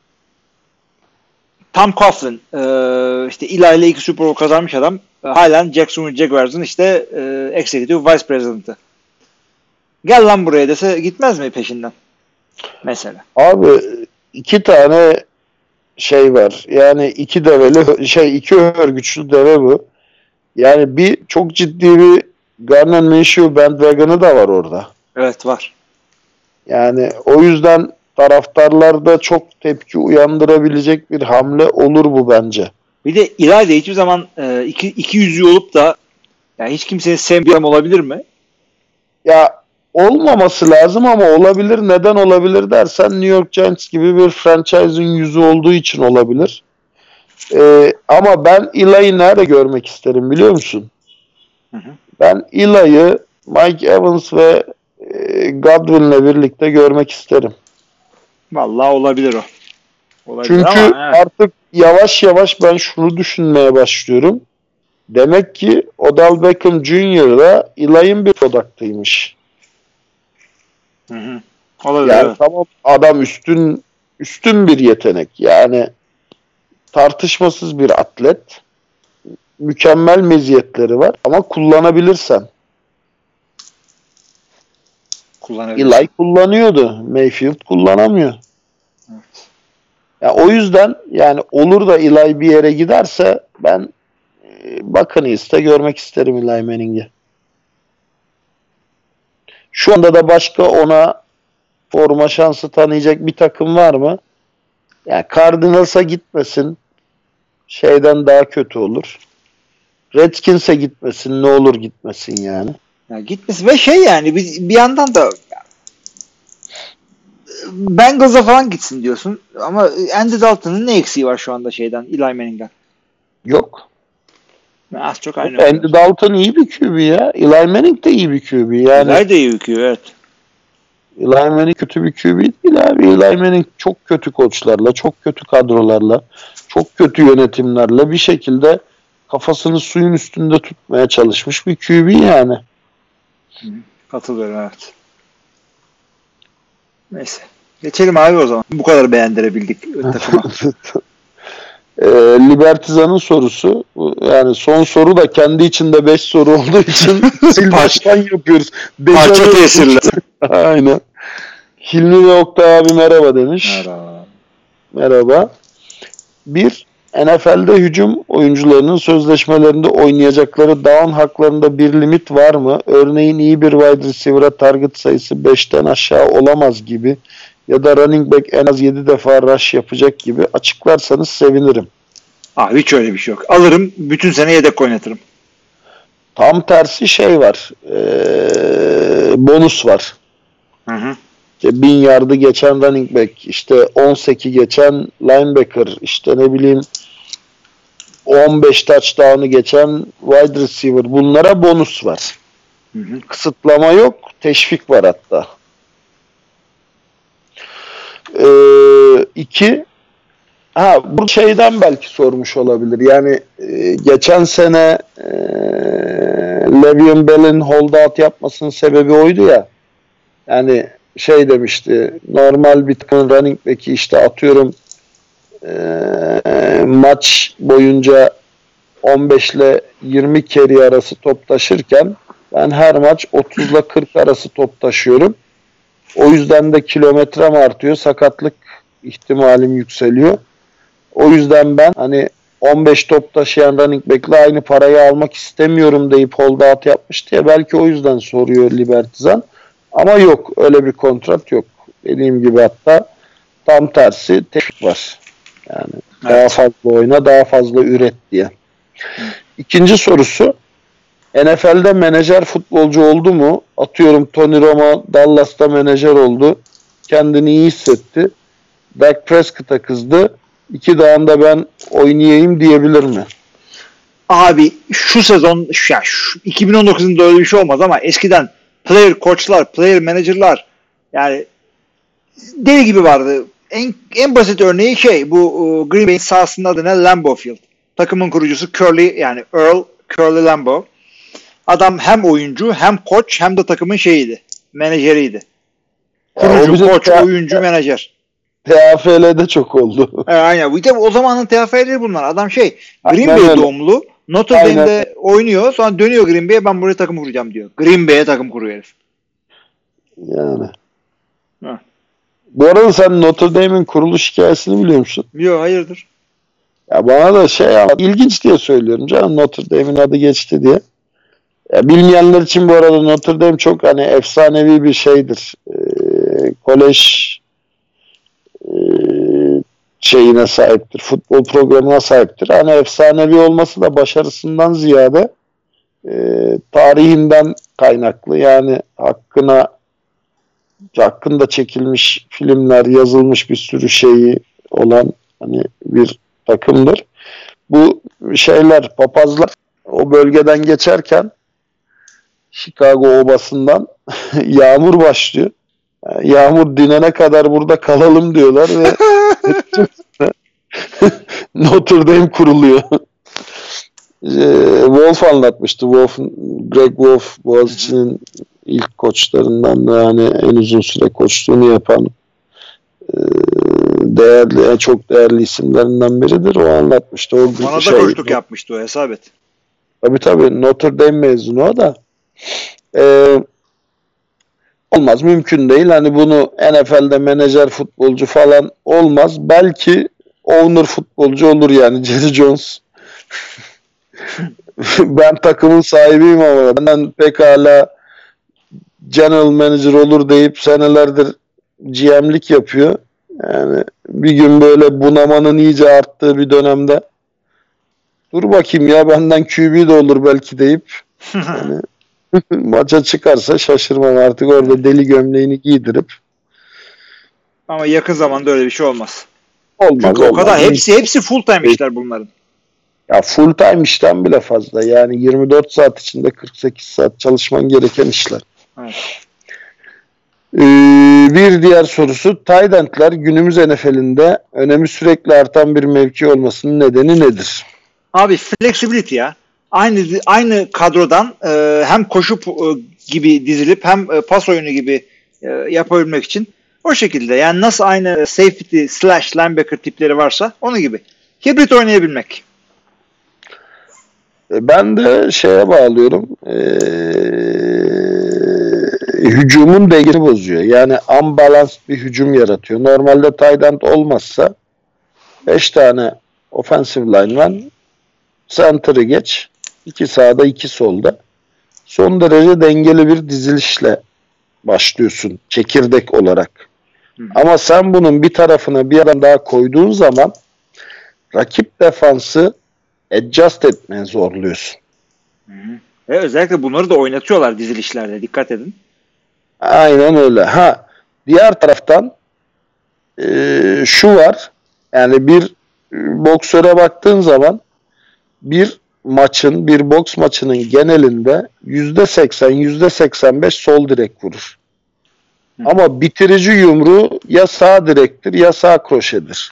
Tom Coughlin e, işte Eli ile iki Super Bowl kazanmış adam. E, halen Jacksonville Jaguars'ın işte e, Executive Vice President'ı. Gel lan buraya dese gitmez mi peşinden? Mesela. Abi iki tane şey var. Yani iki develi şey iki örgüçlü deve bu. Yani bir çok ciddi bir Gardner Minshew bandwagon'ı da var orada. Evet var. Yani o yüzden taraftarlarda çok tepki uyandırabilecek bir hamle olur bu bence. Bir de İlayda hiçbir zaman e, iki, iki yüzlü olup da yani hiç kimsenin sevmeyen olabilir mi? Ya olmaması lazım ama olabilir. Neden olabilir dersen New York Giants gibi bir franchise'ın yüzü olduğu için olabilir. Ee, ama ben Eli'yi nerede görmek isterim biliyor musun? Hı hı. Ben Eli'yi Mike Evans ve e, Godwin'le birlikte görmek isterim. Vallahi olabilir o. Olabilir Çünkü ama, evet. artık yavaş yavaş ben şunu düşünmeye başlıyorum. Demek ki Odell Beckham Junior da Eli'nin bir product'ıymış. Hı hı. Olabilir. Yani Evet. tamam adam üstün üstün bir yetenek. Yani tartışmasız bir atlet. Mükemmel meziyetleri var ama kullanabilirsen. Kullanabilir. Eli kullanıyordu. Mayfield kullanamıyor. Evet. Ya o yüzden yani olur da Eli bir yere giderse ben e, Buccaneers'te görmek isterim Eli Manning'i. Şu anda da başka ona forma şansı tanıyacak bir takım var mı? Yani Cardinals'a gitmesin. Şeyden daha kötü olur. Redskins'e gitmesin. Ne olur gitmesin yani. Ya gitmesin ve şey yani bir, bir yandan da Bengals'a falan gitsin diyorsun ama Andy Dalton'ın ne eksiği var şu anda şeyden Eli Manning'den? Yok. Az çok aynı. Andy Dalton iyi bir Q B ya. Eli Manning de iyi bir Q B. Yani Eli de iyi yüküyor evet. Eli Manning kötü bir Q B değil abi. Eli Manning çok kötü koçlarla, çok kötü kadrolarla, çok kötü yönetimlerle bir şekilde kafasını suyun üstünde tutmaya çalışmış bir Q B yani. Hı, katılıyorum evet. Neyse. Geçelim abi o zaman. Bu kadar beğendirebildik takıma. e, Libertizan'ın sorusu yani son soru da kendi içinde beş soru olduğu için sil baştan yapıyoruz. Parça tesirli. Aynen. Hilmi ve Oktay abi merhaba demiş. Merhaba. Merhaba. Bir, N F L'de hücum oyuncularının sözleşmelerinde oynayacakları down haklarında bir limit var mı? Örneğin iyi bir wide receiver'a target sayısı beşten aşağı olamaz gibi ya da running back en az yedi defa rush yapacak gibi açıklarsanız sevinirim. Abi hiç öyle bir şey yok. Alırım, bütün sene yedek oynatırım. Tam tersi şey var. Ee, bonus var. Hı hı. İşte bin yardı geçen running back, işte on sekiz geçen linebacker, işte ne bileyim on beş touchdown'u geçen wide receiver. Bunlara bonus var. Hı hı. Kısıtlama yok, teşvik var hatta. Ee, iki, ha bu şeyden belki sormuş olabilir. Yani e, geçen sene e, Le'Veon Bell'in holdout yapmasının sebebi oydu ya. Yani şey demişti, normal bir takımın running back'i işte atıyorum e, maç boyunca on beş ile yirmi carry arası top taşırken ben her maç otuz ile kırk arası top taşıyorum. O yüzden de kilometrem artıyor, sakatlık ihtimalim yükseliyor. O yüzden ben hani on beş top taşıyan running back'le aynı parayı almak istemiyorum deyip holdout yapmıştı ya, belki o yüzden soruyor Libertizan. Ama yok, öyle bir kontrat yok. Dediğim gibi hatta tam tersi teşvik var. Yani evet. Daha fazla oyna, daha fazla üret diye. Hı. İkinci sorusu, N F L'de menajer futbolcu oldu mu? Atıyorum Tony Romo Dallas'ta menajer oldu. Kendini iyi hissetti. Dak Prescott'a kızdı. İki dağında ben oynayayım diyebilir mi? Abi şu sezon ya şu, iki bin on dokuzun öyle bir şey olmaz ama eskiden player koçlar, player manager'lar yani deli gibi vardı. en, en basit örneği şey bu uh, Green Bay'in sahasının adı ne? Lambeau Field. Takımın kurucusu Curly yani Earl Curly Lambeau. Adam hem oyuncu hem koç hem de takımın şeyiydi. Menajeriydi. Kurucu, koç, te- oyuncu, menajer. T A F L'de çok oldu. E, aynen. Bir de o zamanın T A F L'leri bunlar. Adam şey Green Bay doğumlu. Notre Dame'de oynuyor. Sonra dönüyor Green Bay'e, ben buraya takım kuracağım diyor. Green Bay'e takım kuruyor herif. Yani. Ha. Bu arada sen Notre Dame'in kuruluş hikayesini biliyor musun? Yok, hayırdır? Ya bana da şey ama ilginç diye söylüyorum canım, Notre Dame'in adı geçti diye. Ya bilmeyenler için bu arada Notre Dame çok hani efsanevi bir şeydir. Ee, kolej e, şeyine sahiptir. Futbol programına sahiptir. Hani efsanevi olması da başarısından ziyade e, tarihinden kaynaklı. Yani hakkına hakkında çekilmiş filmler, yazılmış bir sürü şeyi olan hani bir takımdır. Bu şeyler, papazlar o bölgeden geçerken Chicago obasından yağmur başlıyor. Yani yağmur dinene kadar burada kalalım diyorlar ve Notre Dame kuruluyor. Wolf anlatmıştı. Wolf, Greg Wolf, Boğaziçi'nin ilk koçlarından da yani en uzun süre koçluğunu yapan değerli, çok değerli isimlerinden biridir. O anlatmıştı. O Bana da şey, koçluk yapmıştı o, hesap et. Tabii tabii. Notre Dame mezunu o da. Ee, olmaz. Mümkün değil. Hani bunu N F L'de menajer futbolcu falan olmaz. Belki owner futbolcu olur yani. Jerry Jones. Ben takımın sahibiyim ama benden pekala general manager olur deyip senelerdir G M'lik yapıyor. Yani bir gün böyle bunamanın iyice arttığı bir dönemde dur bakayım ya benden Q B de olur belki deyip yani maça çıkarsa şaşırmam, artık orada deli gömleğini giydirip. Ama yakın zamanda öyle bir şey olmaz. Olmaz. Çünkü olmaz. o kadar hepsi hepsi full time işler bunların. Ya full time işten bile fazla. Yani yirmi dört saat içinde kırk sekiz saat çalışman gereken işler. Evet. Ee, bir diğer sorusu, tight end'ler günümüz N F L'inde önemi sürekli artan bir mevki olmasının nedeni nedir? Abi flexibility ya. Aynı aynı kadrodan e, hem koşu e, gibi dizilip hem e, pas oyunu gibi e, yapabilmek için o şekilde. Yani nasıl aynı safety slash linebacker tipleri varsa onun gibi. Hibrit oynayabilmek. Ben de şeye bağlıyorum. Ee, hücumun dengesini bozuyor. Yani unbalanced bir hücum yaratıyor. Normalde tight end olmazsa beş tane offensive lineman, center'ı geç, iki sağda iki solda son derece dengeli bir dizilişle başlıyorsun çekirdek olarak. Hı. Ama sen bunun bir tarafına bir adam daha koyduğun zaman rakip defansı adjust etmeye zorluyorsun. Hı hı. Ve özellikle bunları da oynatıyorlar dizilişlerde. Dikkat edin. Aynen öyle. Ha, diğer taraftan e, şu var. Yani bir e, boksöre baktığın zaman bir maçın, bir boks maçının genelinde yüzde seksen, yüzde seksen beş sol direk vurur. Hı. Ama bitirici yumruğu ya sağ direktir ya sağ kroşedir.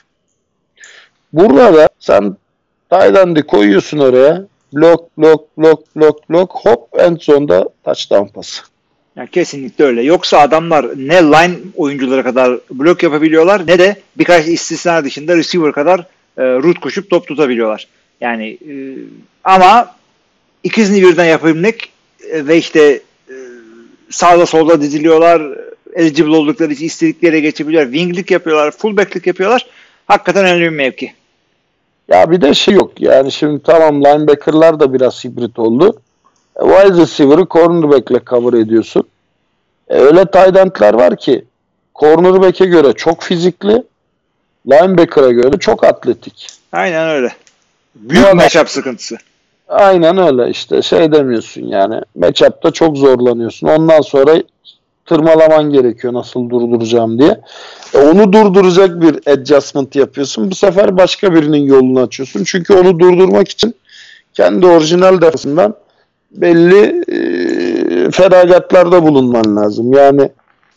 Burada da sen Tayland'ı koyuyorsun oraya. Blok, blok, blok, blok, blok. Hop, end zone'da touchdown pası. Yani kesinlikle öyle. Yoksa adamlar ne line oyuncuları kadar blok yapabiliyorlar ne de birkaç istisna dışında receiver kadar e, route koşup top tutabiliyorlar. Yani e, ama ikisini birden yapabilmek e, ve işte e, sağda solda diziliyorlar. Eligible oldukları için istedikleri yere geçebiliyorlar. Winglik yapıyorlar. Fullbacklik yapıyorlar. Hakikaten önemli bir mevki. Ya bir de şey yok. Yani şimdi tamam linebacker'lar da biraz hibrit oldu. E, wide receiver'ı cornerback'le cover ediyorsun. E, öyle tight end'ler var ki cornerback'e göre çok fizikli, linebacker'a göre çok atletik. Aynen öyle. Büyük Ama, matchup sıkıntısı. Aynen öyle işte. Şey demiyorsun yani. Matchup'ta çok zorlanıyorsun. Ondan sonra tırmalaman gerekiyor nasıl durduracağım diye. E onu durduracak bir adjustment yapıyorsun. Bu sefer başka birinin yolunu açıyorsun. Çünkü onu durdurmak için kendi orijinal defansından belli e, feragatlarda bulunman lazım. Yani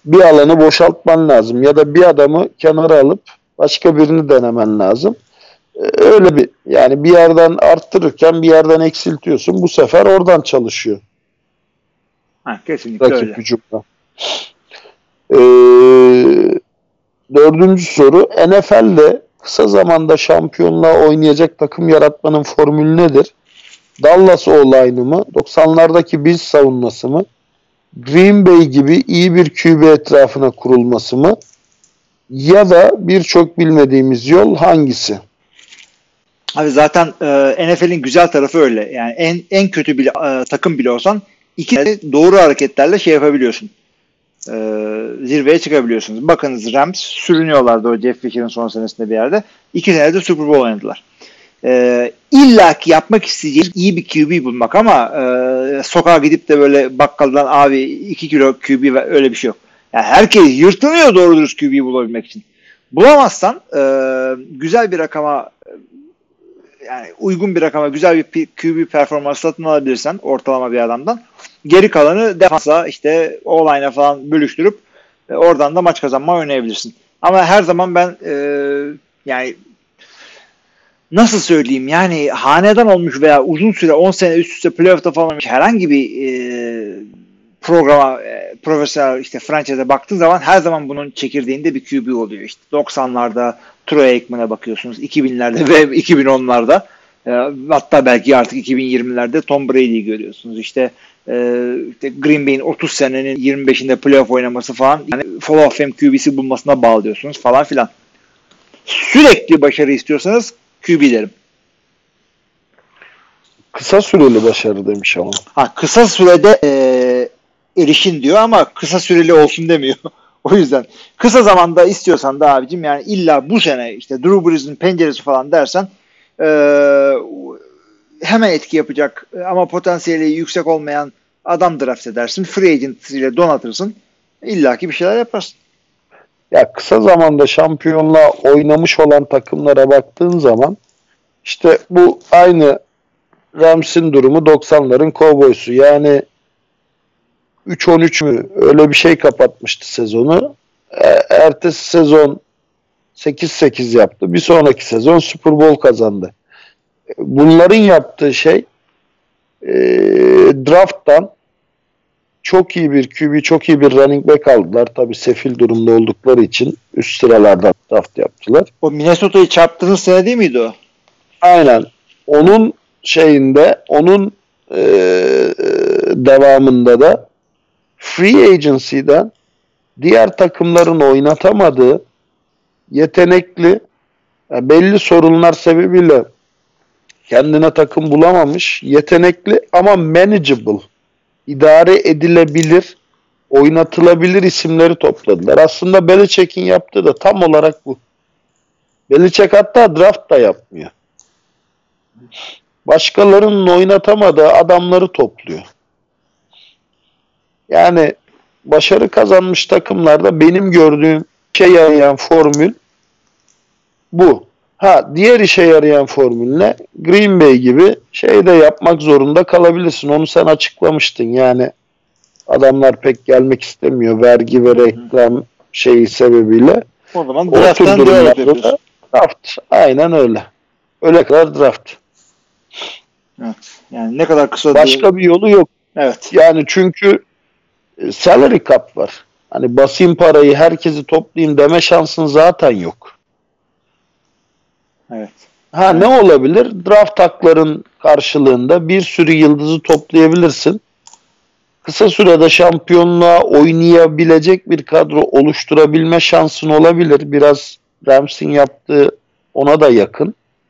bir alanı boşaltman lazım ya da bir adamı kenara alıp başka birini denemen lazım. Öyle bir yani bir yerden arttırırken bir yerden eksiltiyorsun. Bu sefer oradan çalışıyor. Ha, kesinlikle rakip öyle. Hücumda. Ee, dördüncü soru. N F L'de kısa zamanda şampiyonluğa oynayacak takım yaratmanın formülü nedir? Dallas O-line'ı mı? doksanlardaki Bills savunması mı? Green Bay gibi iyi bir Q B etrafına kurulması mı? Ya da birçok bilmediğimiz yol hangisi? Abi zaten e, N F L'in güzel tarafı öyle. Yani en en kötü bile, e, takım bile olsan iki tane doğru hareketlerle şey yapabiliyorsun. E, zirveye çıkabiliyorsunuz. Bakınız Rams sürünüyorlardı o Jeff Fisher'ın son senesinde bir yerde. İki senede Super Bowl oynadılar. E, İlla ki yapmak isteyeceğiniz iyi bir Q B bulmak ama e, sokağa gidip de böyle bakkaldan abi iki kilo Q B öyle bir şey yok. Yani herkes yırtınıyor doğru dürüst Q B bulabilmek için. Bulamazsan e, güzel bir rakama yani uygun bir rakama güzel bir Q B performans satın alabilirsen ortalama bir adamdan geri kalanı defansa işte O-line'a falan bölüştürüp e, oradan da maç kazanma oynayabilirsin. Ama her zaman ben e, yani nasıl söyleyeyim yani hanedan olmuş veya uzun süre on sene üst üste playoff'ta falan olmuş herhangi bir e, programa e, profesyonel işte franchise'e baktığın zaman her zaman bunun çekirdeğinde bir Q B oluyor. İşte doksanlarda Troy Aikman'a bakıyorsunuz. iki binlerde ve iki bin onlarda e, hatta belki artık iki bin yirmilerde Tom Brady'yi görüyorsunuz. İşte, e, işte Green Bay'in otuz senenin yirmi beşinde playoff oynaması falan yani Fall of Fame Q B'si bulmasına bağlıyorsunuz falan filan. Sürekli başarı istiyorsanız Q B derim. Kısa süreli başarı demiş ama. Ha, kısa sürede e, erişin diyor ama kısa süreli olsun demiyor. O yüzden kısa zamanda istiyorsan da abicim yani illa bu sene işte Drew Brees'in penceresi falan dersen e, hemen etki yapacak ama potansiyeli yüksek olmayan adam draft edersin. Free agent ile donatırsın. İlla ki bir şeyler yaparsın. Ya kısa zamanda şampiyonluğa oynamış olan takımlara baktığın zaman işte bu aynı Rams'in durumu doksanların Cowboys'u. Yani üç on üç mü öyle bir şey kapatmıştı sezonu. E, ertesi sezon sekiz sekiz yaptı. Bir sonraki sezon Super Bowl kazandı. Bunların yaptığı şey e, draft'tan çok iyi bir Q B, çok iyi bir running back aldılar. Tabii sefil durumda oldukları için üst sıralardan draft yaptılar. O Minnesota'yı çarptığınız sene değil miydi o? Aynen. Onun şeyinde, onun e, devamında da free agency'den diğer takımların oynatamadığı yetenekli yani belli sorunlar sebebiyle kendine takım bulamamış, yetenekli ama manageable, idare edilebilir, oynatılabilir isimleri topladılar. Aslında Belichick'in yaptığı da tam olarak bu. Belichick hatta draft da yapmıyor. Başkalarının oynatamadığı adamları topluyor. Yani başarı kazanmış takımlarda benim gördüğüm işe yarayan formül bu. Ha diğer işe yarayan formül ne? Green Bay gibi şey de yapmak zorunda kalabilirsin. Onu sen açıklamıştın. Yani adamlar pek gelmek istemiyor. Vergi ve reklam şeyi sebebiyle. O zaman O draft'tan tür devam durumlarda da draft. Aynen öyle. Öyle kadar draft. Evet. Yani ne kadar kısa Başka bir yolu yok. Evet. Yani çünkü salary cap var. Hani basayım parayı herkesi toplayayım deme şansın zaten yok. Evet. Ha evet. ne olabilir? Draft hakların karşılığında bir sürü yıldızı toplayabilirsin. Kısa sürede şampiyonluğa oynayabilecek bir kadro oluşturabilme şansın olabilir. Biraz Rams'in yaptığı ona da yakın.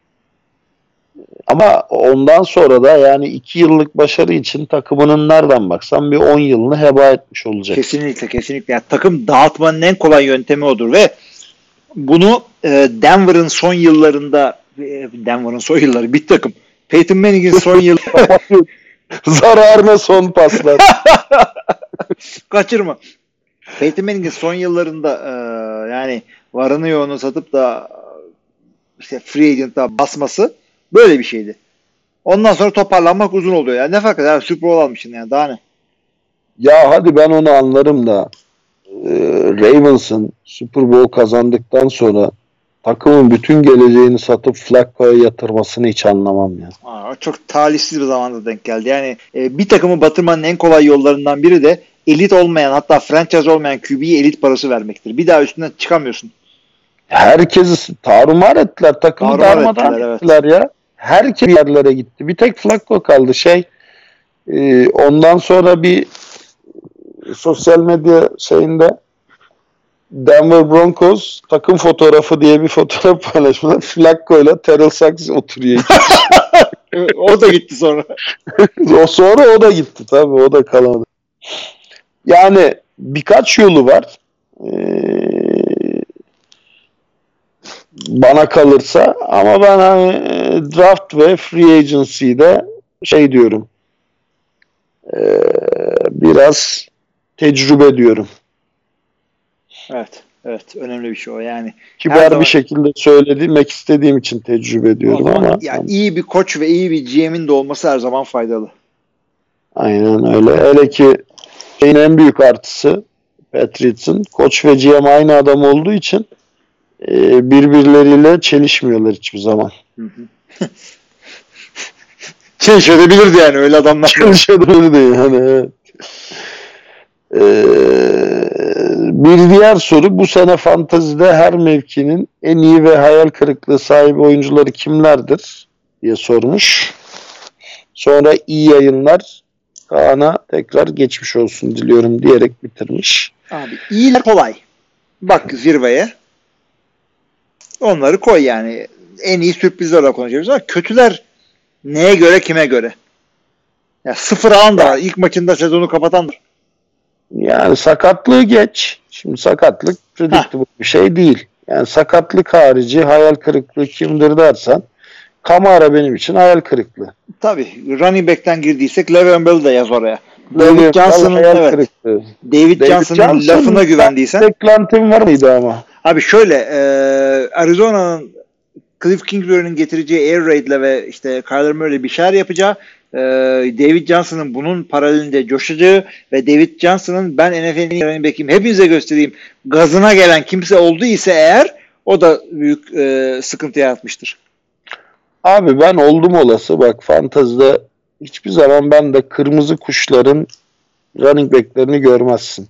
Ama ondan sonra da yani iki yıllık başarı için takımının nereden baksan bir on yılını heba etmiş olacak. Kesinlikle kesinlikle. Yani takım dağıtmanın en kolay yöntemi odur ve bunu e, Denver'ın son yıllarında e, Denver'ın son yılları bir takım. Peyton Manning'in son yılları zararına son paslar. Kaçırma. Peyton Manning'in son yıllarında e, yani varını yoğunu satıp da işte free agent'a basması böyle bir şeydi. Ondan sonra toparlanmak uzun oluyor. Yani ne fark eder? Super Bowl almışsın yani daha ne? Ya hadi ben onu anlarım da e, Ravens'ın Super Bowl kazandıktan sonra takımın bütün geleceğini satıp Flacco'ya yatırmasını hiç anlamam ya. Aa, çok talihsiz bir zamanda denk geldi. Yani e, bir takımı batırmanın en kolay yollarından biri de elit olmayan, hatta franchise olmayan Q B'ye elit parası vermektir. Bir daha üstünden çıkamıyorsun. Herkesi tarumar ettiler. Takımı Tarumar darmadağın ettiler, evet. ettiler ya. Herkes yerlere gitti. Bir tek Flacco kaldı. Şey e, ondan sonra bir sosyal medya şeyinde Denver Broncos takım fotoğrafı diye bir fotoğraf paylaşmışlar. Flacco ile Terrell Suggs oturuyor. O da gitti sonra. O sonra o da gitti tabii, o da kalamadı. Yani birkaç yolu var. Ee, bana kalırsa, ama ben hani draft ve free agency'de şey diyorum. Ee, biraz tecrübe diyorum. Evet. Evet. Önemli bir şey o yani. Kibar Her zaman- bir şekilde söylemek istediğim için tecrübe diyorum O zaman ama. yani iyi bir koç ve iyi bir G M'in de olması her zaman faydalı. Aynen öyle. Hele ki şeyin en büyük artısı Patriots'ın koç ve G M aynı adam olduğu için e, birbirleriyle çelişmiyorlar hiçbir zaman. Çelişebilirdi yani öyle adamlar. Çelişebilirdi yani. Evet. Ee, bir diğer soru, bu sene fantazide her mevkinin en iyi ve hayal kırıklığı sahibi oyuncuları kimlerdir diye sormuş. Sonra iyi yayınlar, Kaan'a tekrar geçmiş olsun diliyorum diyerek bitirmiş. Abi iyiler kolay. Bak zirveye. Onları koy yani. En iyi sürprizler olarak konuşuyoruz ama kötüler neye göre, kime göre? Ya sıfır alan da var. İlk maçında sezonu kapatan da. Yani sakatlığı geç. Şimdi sakatlık predictable bir şey değil. Yani sakatlık harici hayal kırıklığı kimdir dersen, Kamara benim için hayal kırıklığı. Tabii. Running back'ten girdiysek Le'Veon Bell'i de yaz oraya. Le'Veon David Johnson'ın hayal evet. kırıklığı. David, David Johnson'ın Johnson, lafına güvendiysen. Beklentim var mıydı ama? Abi şöyle e, Arizona'nın Cliff Kingsbury'nin getireceği Air Raid'le ve işte Kyler Murray'le bir şeyler yapacağı, e, David Johnson'ın bunun paralelinde coşacağı ve David Johnson'ın ben N F L'in running back'im hepinize göstereyim gazına gelen kimse oldu ise eğer, o da büyük e, sıkıntı yaratmıştır. Abi ben oldum olası bak, fantazide hiçbir zaman ben de kırmızı kuşların running back'lerini görmezsin.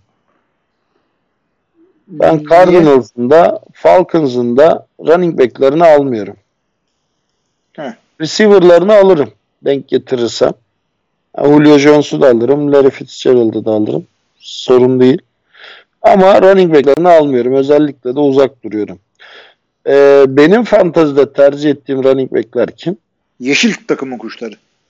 Ben Cardinals'ın da Falcons'ın da running back'lerini almıyorum. Heh. Receiver'larını alırım denk getirirsem. Julio Jones'u da alırım, Larry Fitzgerald'ı da alırım. Sorun değil. Ama running back'lerini almıyorum. Özellikle de uzak duruyorum. Ee, benim fantazide tercih ettiğim running back'ler kim? Yeşil takımın kuşları.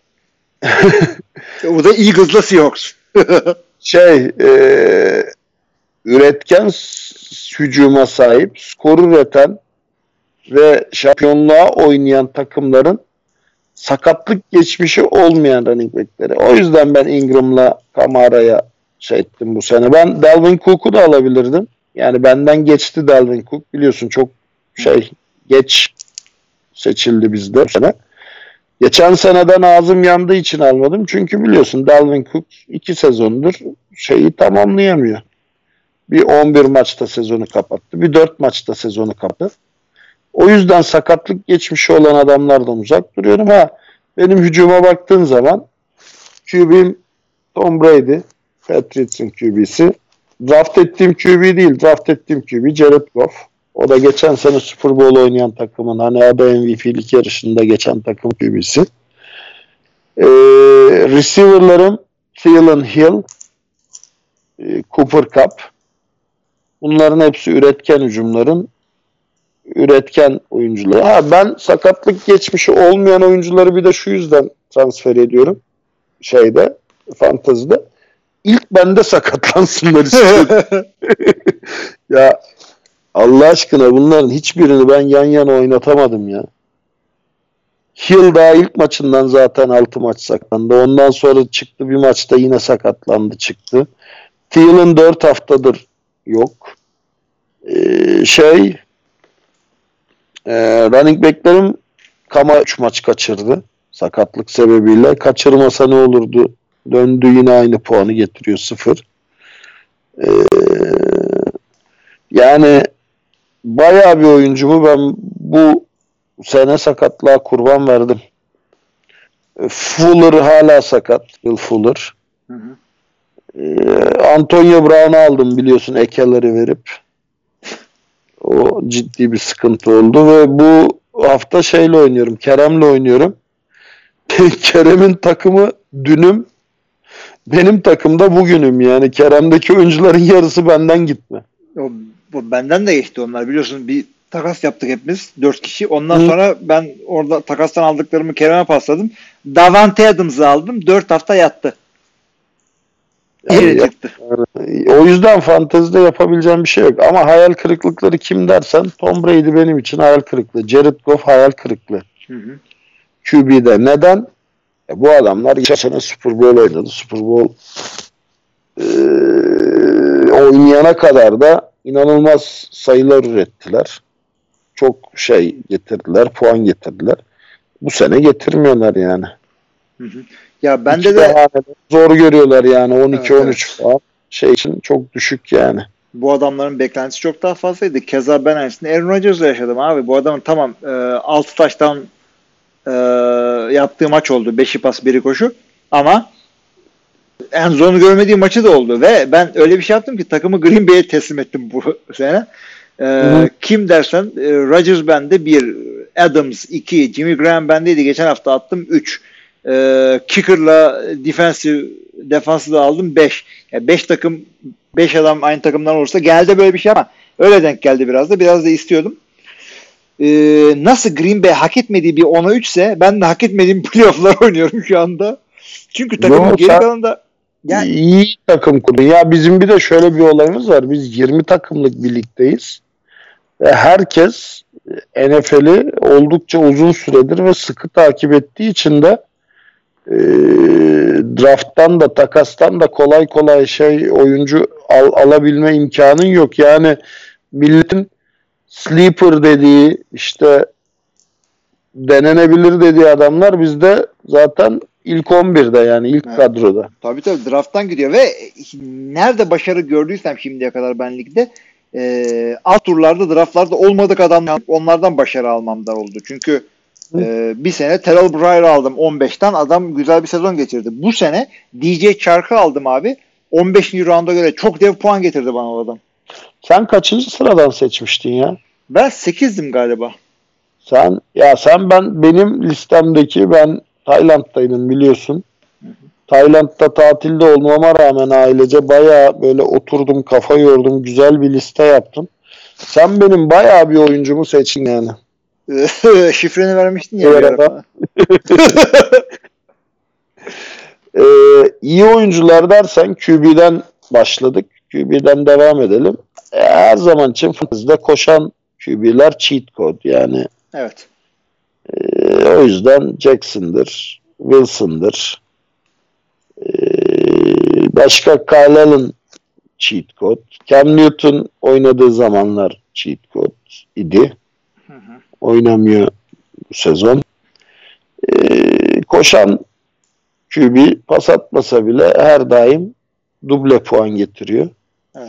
O da Eagles'la Seahawks. Şey, e, üretken s- hücuma sahip, skor üreten ve şampiyonluğa oynayan takımların sakatlık geçmişi olmayan running back'leri. O yüzden ben Ingram'la Kamara'ya şey ettim bu sene. Ben Dalvin Cook'u da alabilirdim. Yani benden geçti Dalvin Cook. Biliyorsun çok şey geç seçildi bizde bu sene. Geçen seneden ağzım yandığı için almadım. Çünkü biliyorsun Dalvin Cook iki sezondur şeyi tamamlayamıyor. Bir on bir maçta sezonu kapattı. Bir dört maçta sezonu kapattı. O yüzden sakatlık geçmişi olan adamlardan uzak duruyorum. Ha, benim hücuma baktığın zaman Q B'm Tom Brady, Patriots'ın Q B'si. Draft ettiğim Q B değil, draft ettiğim Q B Jared Goff. O da geçen sene Super Bowl oynayan takımın, hani adı M V P'lik yarışında geçen takım Q B'si. Ee, receiver'larım Thielen Hill, e, Cooper Kupp. Bunların hepsi üretken hücumların üretken oyuncuları. Ha, ben sakatlık geçmişi olmayan oyuncuları bir de şu yüzden transfer ediyorum. Şeyde, fantazide. İlk bende sakatlansınlar istiyorum. Ya Allah aşkına bunların hiçbirini ben yan yana oynatamadım ya. Hill daha ilk maçından zaten altı maç sakatlandı. Ondan sonra çıktı bir maçta yine sakatlandı çıktı. Thielen dört haftadır yok. Ee, şey e, running back'lerim Kama üç maç kaçırdı. Sakatlık sebebiyle. Kaçırmasa ne olurdu? Döndü yine aynı puanı getiriyor, sıfır. Ee, Yani bayağı bir oyuncu bu. Ben bu sene sakatlığa kurban verdim. Fuller hala sakat. Will Fuller. Hı hı. Ee, Antonio Brown'u aldım biliyorsun Ekeleri verip. O ciddi bir sıkıntı oldu ve bu hafta şeyle oynuyorum. Kerem'le oynuyorum. Kerem'in takımı dünüm. Benim takımda bugünüm yani. Kerem'deki oyuncuların yarısı benden gitme. O, bu benden de geçti onlar. Biliyorsun bir takas yaptık hepimiz. Dört kişi. Ondan Hı. sonra ben orada takastan aldıklarımı Kerem'e pasladım. Davante Adams'ı aldım. Dört hafta yattı. Yani Geri ya- çıktı. O yüzden fantezide yapabileceğim bir şey yok. Ama hayal kırıklıkları kim dersen Tom Brady benim için hayal kırıklığı. Jared Goff hayal kırıklığı. Hı hı. Q B'de. Neden? E, bu adamlar geçen sene Super Bowl oynadı. Super Bowl e, oynayana kadar da inanılmaz sayılar ürettiler. Çok şey getirdiler, puan getirdiler. Bu sene getirmiyorlar yani. Hı hı. Ya bende İki de hanede zor görüyorlar yani on iki Evet, on üç puan. Şey için çok düşük yani. bu adamların beklentisi çok daha fazlaydı. Keza ben aynısını Aaron Rodgers'la yaşadım abi. Bu adamın tamam e, altı taştan e, yaptığı maç oldu. beşi pas biri koşu. Ama en zonu görmediği maçı da oldu. Ve ben öyle bir şey yaptım ki takımı Green Bay'e teslim ettim bu sene. E, Hı. kim dersen e, Rodgers bende bir, Adams iki, Jimmy Graham bendeydi. Geçen hafta attım üç. E, Kicker'la defensive defansı da aldım beş. Yani beş takım beş adam aynı takımdan olursa geldi böyle bir şey ama öyle denk geldi biraz da. Biraz da istiyordum. Ee, nasıl Green Bay hak etmediği bir ona üç ise ben de hak etmediğim playoff'lar oynuyorum şu anda. Çünkü takımın Yo, geri sen- kalanında yani İyi takım kurdu. Ya bizim bir de şöyle bir olayımız var. Biz yirmi takımlık bir ligdeyiz. Ve herkes N F L'i oldukça uzun süredir ve sıkı takip ettiği için de e, drafttan da takastan da kolay kolay şey oyuncu al, alabilme imkanın yok. Yani milletin sleeper dediği işte denenebilir dediği adamlar bizde zaten ilk on birde yani ilk Evet. kadroda. tabii tabii drafttan gidiyor ve nerede başarı gördüysem şimdiye kadar ben ligde e, alt turlarda draftlarda olmadık adamlar onlardan başarı almamdan oldu. Çünkü e, bir sene Terrell Pryor'ı aldım on beşten adam güzel bir sezon geçirdi. Bu sene D J Chark'ı aldım abi. on beşinci rounda göre çok dev puan getirdi bana o adam. Sen kaçıncı sıradan seçmiştin ya? Ben sekizdim galiba. Sen ya sen ben benim listemdeki ben Tayland'daydım biliyorsun. Tayland'da tatilde olmama rağmen ailece bayağı böyle oturdum kafa yordum güzel bir liste yaptım. Sen benim bayağı bir oyuncumu seçtin yani. Şifreni vermiştin ya. Evet, bir ara adam. falan. Ee, iyi oyuncular dersen Q B'den başladık. Q B'den devam edelim. Ee, her zaman için fantezide koşan Q B'ler cheat code yani. Evet. Ee, o yüzden Jackson'dır, Wilson'dır. Ee, başka Kyle Allen cheat code. Cam Newton oynadığı zamanlar cheat code idi. Hı hı. Oynamıyor bu sezon. Ee, koşan Q B pas atmasa bile her daim duble puan getiriyor. Evet.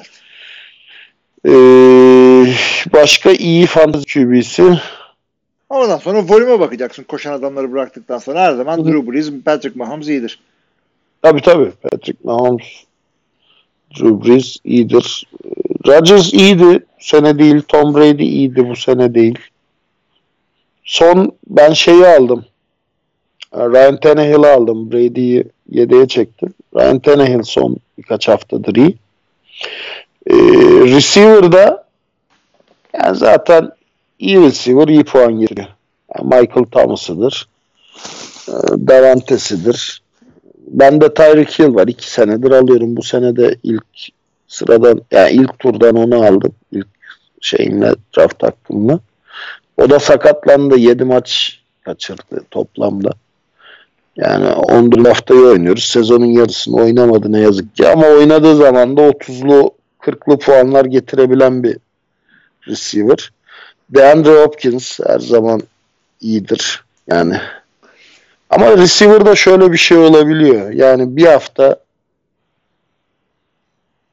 Ee, başka iyi fantasy Q B'si Ondan sonra volüme bakacaksın. Koşan adamları bıraktıktan sonra her zaman Drew Brees, Patrick Mahomes iyidir. tabii tabii Patrick Mahomes, Drew Brees iyidir. Rodgers iyiydi bu sene değil. Tom Brady iyiydi bu sene değil. Son ben şeyi aldım. Ryan Tannehill'i aldım. Brady'yi yedeğe çektim. Ryan Tannehill son birkaç haftadır iyi. Ee, receiver'da yani zaten iyi receiver iyi puan getiriyor. Yani Michael Thomas'ıdır. E, Davante'sidir. Bende Tyreek Hill var. İki senedir alıyorum. Bu sene de ilk sıradan yani ilk turdan onu aldım. İlk şeyimle draft hakkımla. O da sakatlandı. yedi maç kaçırdı toplamda. Yani on bir haftayı oynuyoruz. Sezonun yarısını oynamadı ne yazık ki. Ama oynadığı zaman da otuzlu kırklı puanlar getirebilen bir receiver. DeAndre Hopkins her zaman iyidir. Yani ama receiver'da şöyle bir şey olabiliyor. Yani bir hafta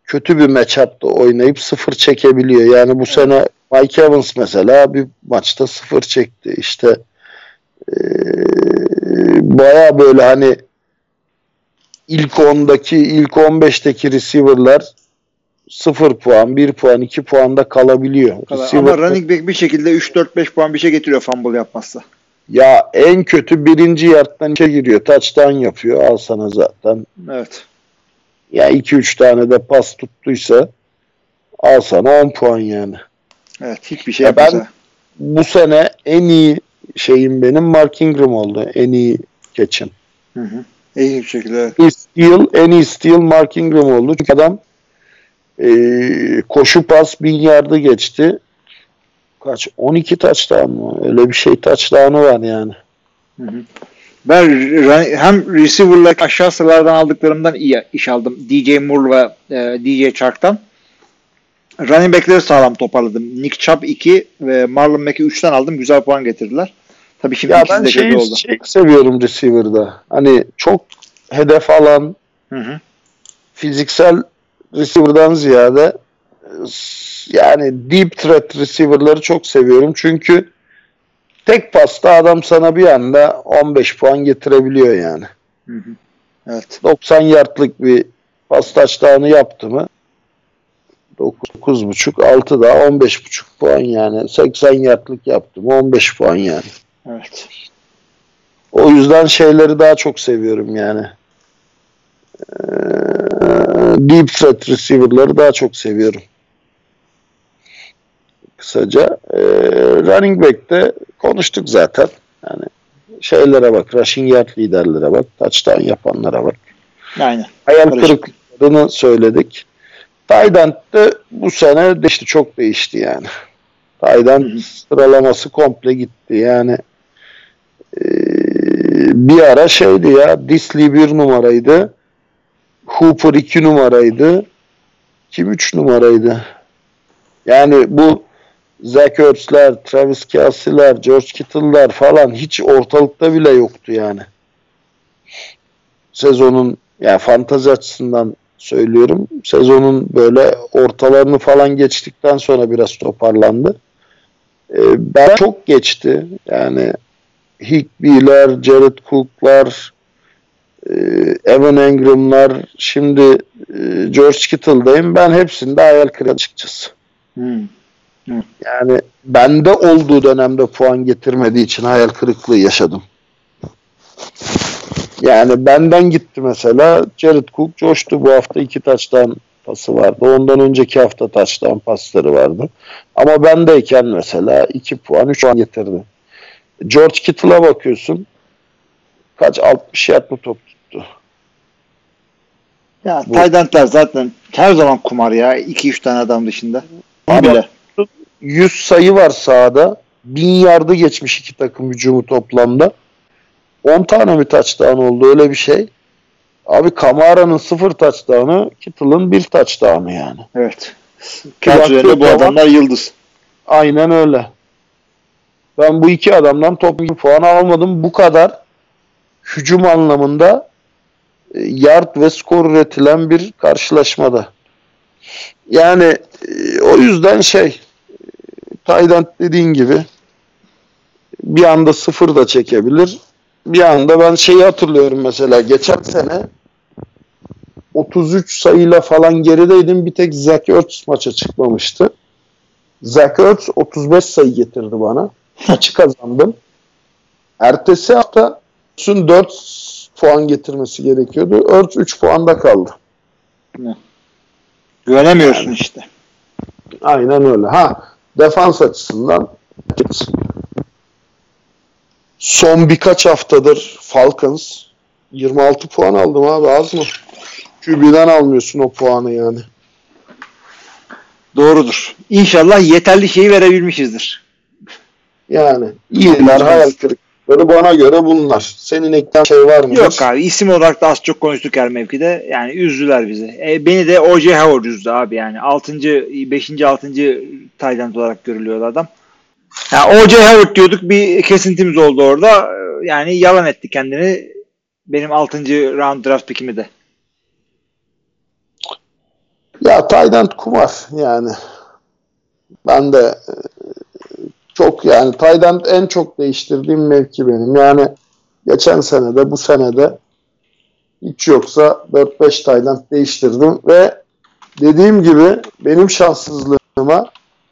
kötü bir matchup'ta oynayıp sıfır çekebiliyor. Yani bu sene Mike Evans mesela bir maçta sıfır çekti. İşte ee, baya böyle hani ilk ondaki, ilk on beşteki receiver'lar sıfır puan, bir puan, iki puanda kalabiliyor. Receiver, ama running back bir şekilde üç dört beş puan bir şey getiriyor fumble yapmazsa. Ya en kötü birinci yardtan içe giriyor. Touchdown yapıyor. Al sana zaten. Evet. Ya iki üç tane de pas tuttuysa al sana on puan yani. Evet. Hiçbir şey ya yapmasa. Ben bu sene en iyi şeyim benim Mark Ingram oldu. En iyi catch'im. Hı hı. En iyi bir şekilde. Evet. En iyi steal, en iyi steal Mark Ingram oldu. Çünkü adam e, koşu pas bin yardı geçti. Kaç? on iki touchdown mı? Öyle bir şey touchdown'u var yani. Hı hı. Ben hem receiver'la aşağı sıralardan aldıklarımdan iyi iş aldım. D J Moore ve e, D J Chark'tan. Running back'leri sağlam toparladım. Nick Chubb iki ve Marlon Mack'i üçten aldım. Güzel puan getirdiler. Tabii şimdi ya ikisi ben de şey, kötü oldu. şey seviyorum receiver'da. Hani çok hedef alan, hı hı. fiziksel receiver'dan ziyade yani deep threat receiver'ları çok seviyorum. Çünkü tek pasta adam sana bir anda on beş puan getirebiliyor yani. Hı hı. Evet. doksan yardlık bir pas touchdown'ı yaptı mı dokuz buçuk altı da on beş buçuk puan yani. seksen yardlık yaptı mı on beş puan yani. Evet. O yüzden şeyleri daha çok seviyorum yani. Ee, deep threat receiver'ları daha çok seviyorum. Kısaca e, running back'te konuştuk zaten. Yani şeylere bak, rushing yard liderlere bak, touchdown yapanlara bak. Aynen. Hayal kırıklıklarını söyledik. Tight end'de bu sene değişti, çok değişti yani. Tight end sıralaması komple gitti. Yani e, bir ara şeydi ya, Disley bir numaraydı. Hooper iki numaraydı. Kim üç numaraydı? Yani bu Zach Ertz'ler, Travis Kelce'ler, George Kittle'lar falan hiç ortalıkta bile yoktu yani. Sezonun yani fantazi açısından söylüyorum. Sezonun böyle ortalarını falan geçtikten sonra biraz toparlandı. Ee, ben çok geçti. Yani Higbie'ler, Jared Cook'lar, e, Evan Engram'lar, şimdi e, George Kittle'dayım. Ben hepsinde hayal kırıklığı açıkçası. Hmm. Hmm. Yani bende olduğu dönemde puan getirmediği için hayal kırıklığı yaşadım. Yani benden gitti mesela. Jared Cook coştu. Bu hafta iki touchdown pası vardı. Ondan önceki hafta touchdown pasları vardı. Ama bendeyken mesela iki puan, üç puan getirdi. George Kittle'a bakıyorsun. Kaç? altmış yard mı top tuttu? Ya tight end'ler zaten her zaman kumar ya. iki üç tane adam dışında. Ama yüz sayı var sahada. bin yardı geçmiş iki takım hücumu toplamda. on tane mi touchdown oldu, öyle bir şey. Abi Kamara'nın sıfır touchdown'ı, Kittle'ın bir touchdown'ı yani. Evet. Kağıt üzerinde bu adamlar yıldız. Aynen öyle. Ben bu iki adamdan toplam puan almadım. Bu kadar hücum anlamında yard ve skor üretilen bir karşılaşmada. Yani o yüzden şey, tight end dediğin gibi bir anda sıfır da çekebilir. Bir anda ben şeyi hatırlıyorum mesela, geçen sene otuz üç sayıyla falan gerideydim. Bir tek Zach Ertz maça çıkmamıştı. Zach Ertz otuz beş sayı getirdi bana. Maçı kazandım. Ertesi hafta Ertz'ün dört puan getirmesi gerekiyordu. Ertz üç puanda kaldı. Güvenemiyorsun yani. işte. Aynen öyle. Ha, defans açısından son birkaç haftadır Falcons yirmi altı puan aldım abi, az mı? Q B'den almıyorsun o puanı yani. Doğrudur. İnşallah yeterli şeyi verebilmişizdir. Yani iyiler, hayal kırıklıkları bana göre bunlar. Senin eklen şey var mı? Yok abi, isim olarak da az çok konuştuk her mevkide. Yani üzdüler bizi. E, beni de O J Howard üzdü abi yani. altıncı beşinci altıncı tight end olarak görülüyordu adam. Yani O J Howard diyorduk, bir kesintimiz oldu orada. Yani yalan etti kendini. Benim altıncı round draft pick'imi de. Ya tight end kumar yani. Ben de çok yani tight end en çok değiştirdiğim mevki benim. Yani geçen sene de bu sene de hiç yoksa dört beş tight end değiştirdim ve dediğim gibi benim şanssızlığıma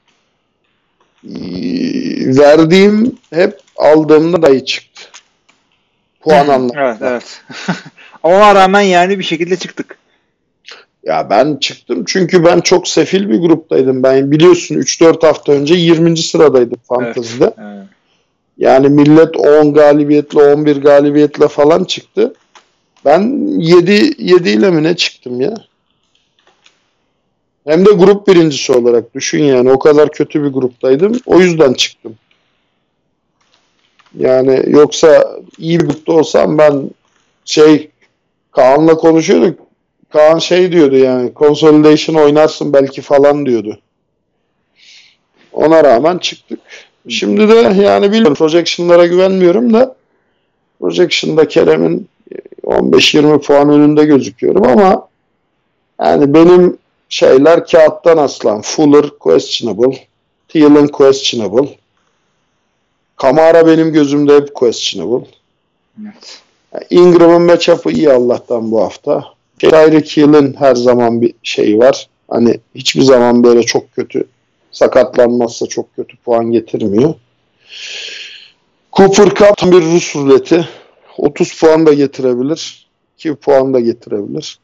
verdiğim hep aldığımda dahi çıktı. Puan anlamında. Evet, evet. Ama ona rağmen yani bir şekilde çıktık. Ya ben çıktım çünkü ben çok sefil bir gruptaydım. Ben biliyorsun üç dört hafta önce yirminci sıradaydım fantezide. Evet, evet. Yani millet on galibiyetle on bir galibiyetle falan çıktı. Ben yedi yedi ile mi ne çıktım ya? Hem de grup birincisi olarak düşün yani. O kadar kötü bir gruptaydım. O yüzden çıktım. Yani yoksa iyi bir grupta olsam ben şey Kaan'la konuşuyorduk. Kaan şey diyordu yani consolidation oynarsın belki falan diyordu. Ona rağmen çıktık. Şimdi de yani bilmiyorum. Projection'lara güvenmiyorum da projection'da Kerem'in on beş yirmi puan önünde gözüküyorum ama yani benim şeyler kağıttan aslan. Fuller questionable. Thielen questionable. Kamara benim gözümde hep questionable. Evet. Yani Ingram'ın matchup'ı iyi Allah'tan bu hafta. Tyreek Hill'in her zaman bir şeyi var. Hani hiçbir zaman böyle çok kötü sakatlanmazsa çok kötü puan getirmiyor. Cooper Kupp bir Rus ruleti. otuz puan da getirebilir. iki puan da getirebilir.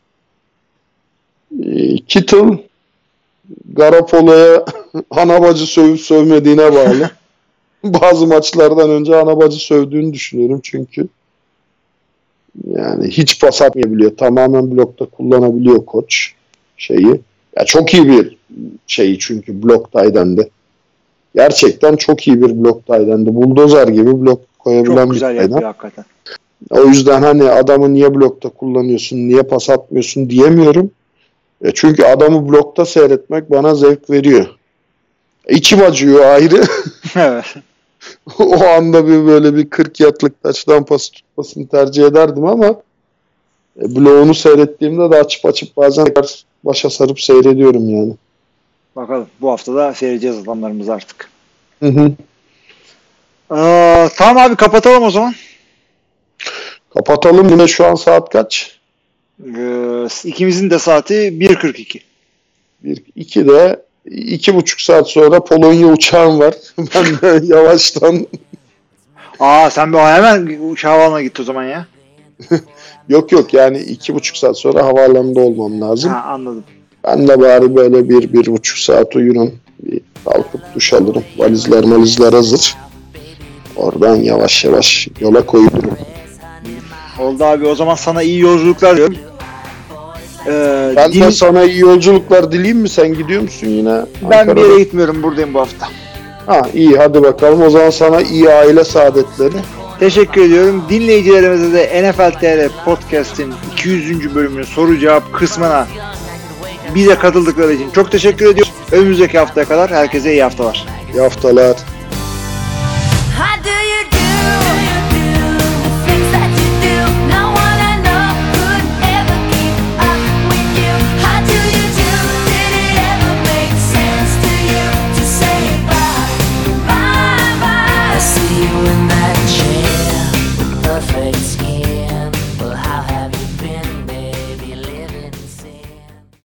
Kittle Garoppolo'ya ana bacı sövüp sövmediğine bağlı. Bazı maçlardan önce ana bacı sövdüğünü düşünüyorum çünkü yani hiç pas atmayabiliyor. Tamamen blokta kullanabiliyor koç şeyi. Ya çok iyi bir şeyi çünkü blok tight end'de. Gerçekten çok iyi bir blok tight end'de. Buldozer gibi blok koyabilen çok bir güzel tight end. yapıyor hakikaten. O yüzden hani adamı niye blokta kullanıyorsun, niye pas atmıyorsun diyemiyorum. E çünkü adamı blokta seyretmek bana zevk veriyor. İçim acıyor ayrı. Evet. O anda bir böyle bir kırk yardlık taçtan pası tutmasını tercih ederdim ama e, bloğunu seyrettiğimde de açıp açıp bazen tekrar başa sarıp seyrediyorum yani. Bakalım. Bu hafta da seyredeceğiz adamlarımızı artık. Hı hı. Ee, tamam abi kapatalım o zaman. Kapatalım. Yine şu an saat kaç? Ee, ikimizin de saati bir kırk iki. Bir, iki de iki buçuk saat sonra Polonya uçağım var. Ben de yavaştan Aa sen bir hemen uçağa havaalanına git o zaman ya. yok yok yani iki buçuk saat sonra havaalanında olmam lazım. Ha, anladım. Ben de bari böyle bir, bir buçuk saat uyurum. Bir kalkıp duş alırım. Valizler malizler hazır. Oradan yavaş yavaş yola koyulurum. Oldu abi o zaman sana iyi yolculuklar diyorum. Ee, Ben din... de sana iyi yolculuklar dileyim mi? Sen gidiyor musun yine? Ben Ankara'da? bir yere gitmiyorum, buradayım bu hafta. Ha iyi hadi bakalım. O zaman sana iyi aile saadetleri. Teşekkür ediyorum. Dinleyicilerimize de N F L T R Podcast'in iki yüzüncü bölümünün soru cevap kısmına bize katıldıkları için çok teşekkür ediyorum. Önümüzdeki haftaya kadar herkese iyi haftalar. İyi haftalar.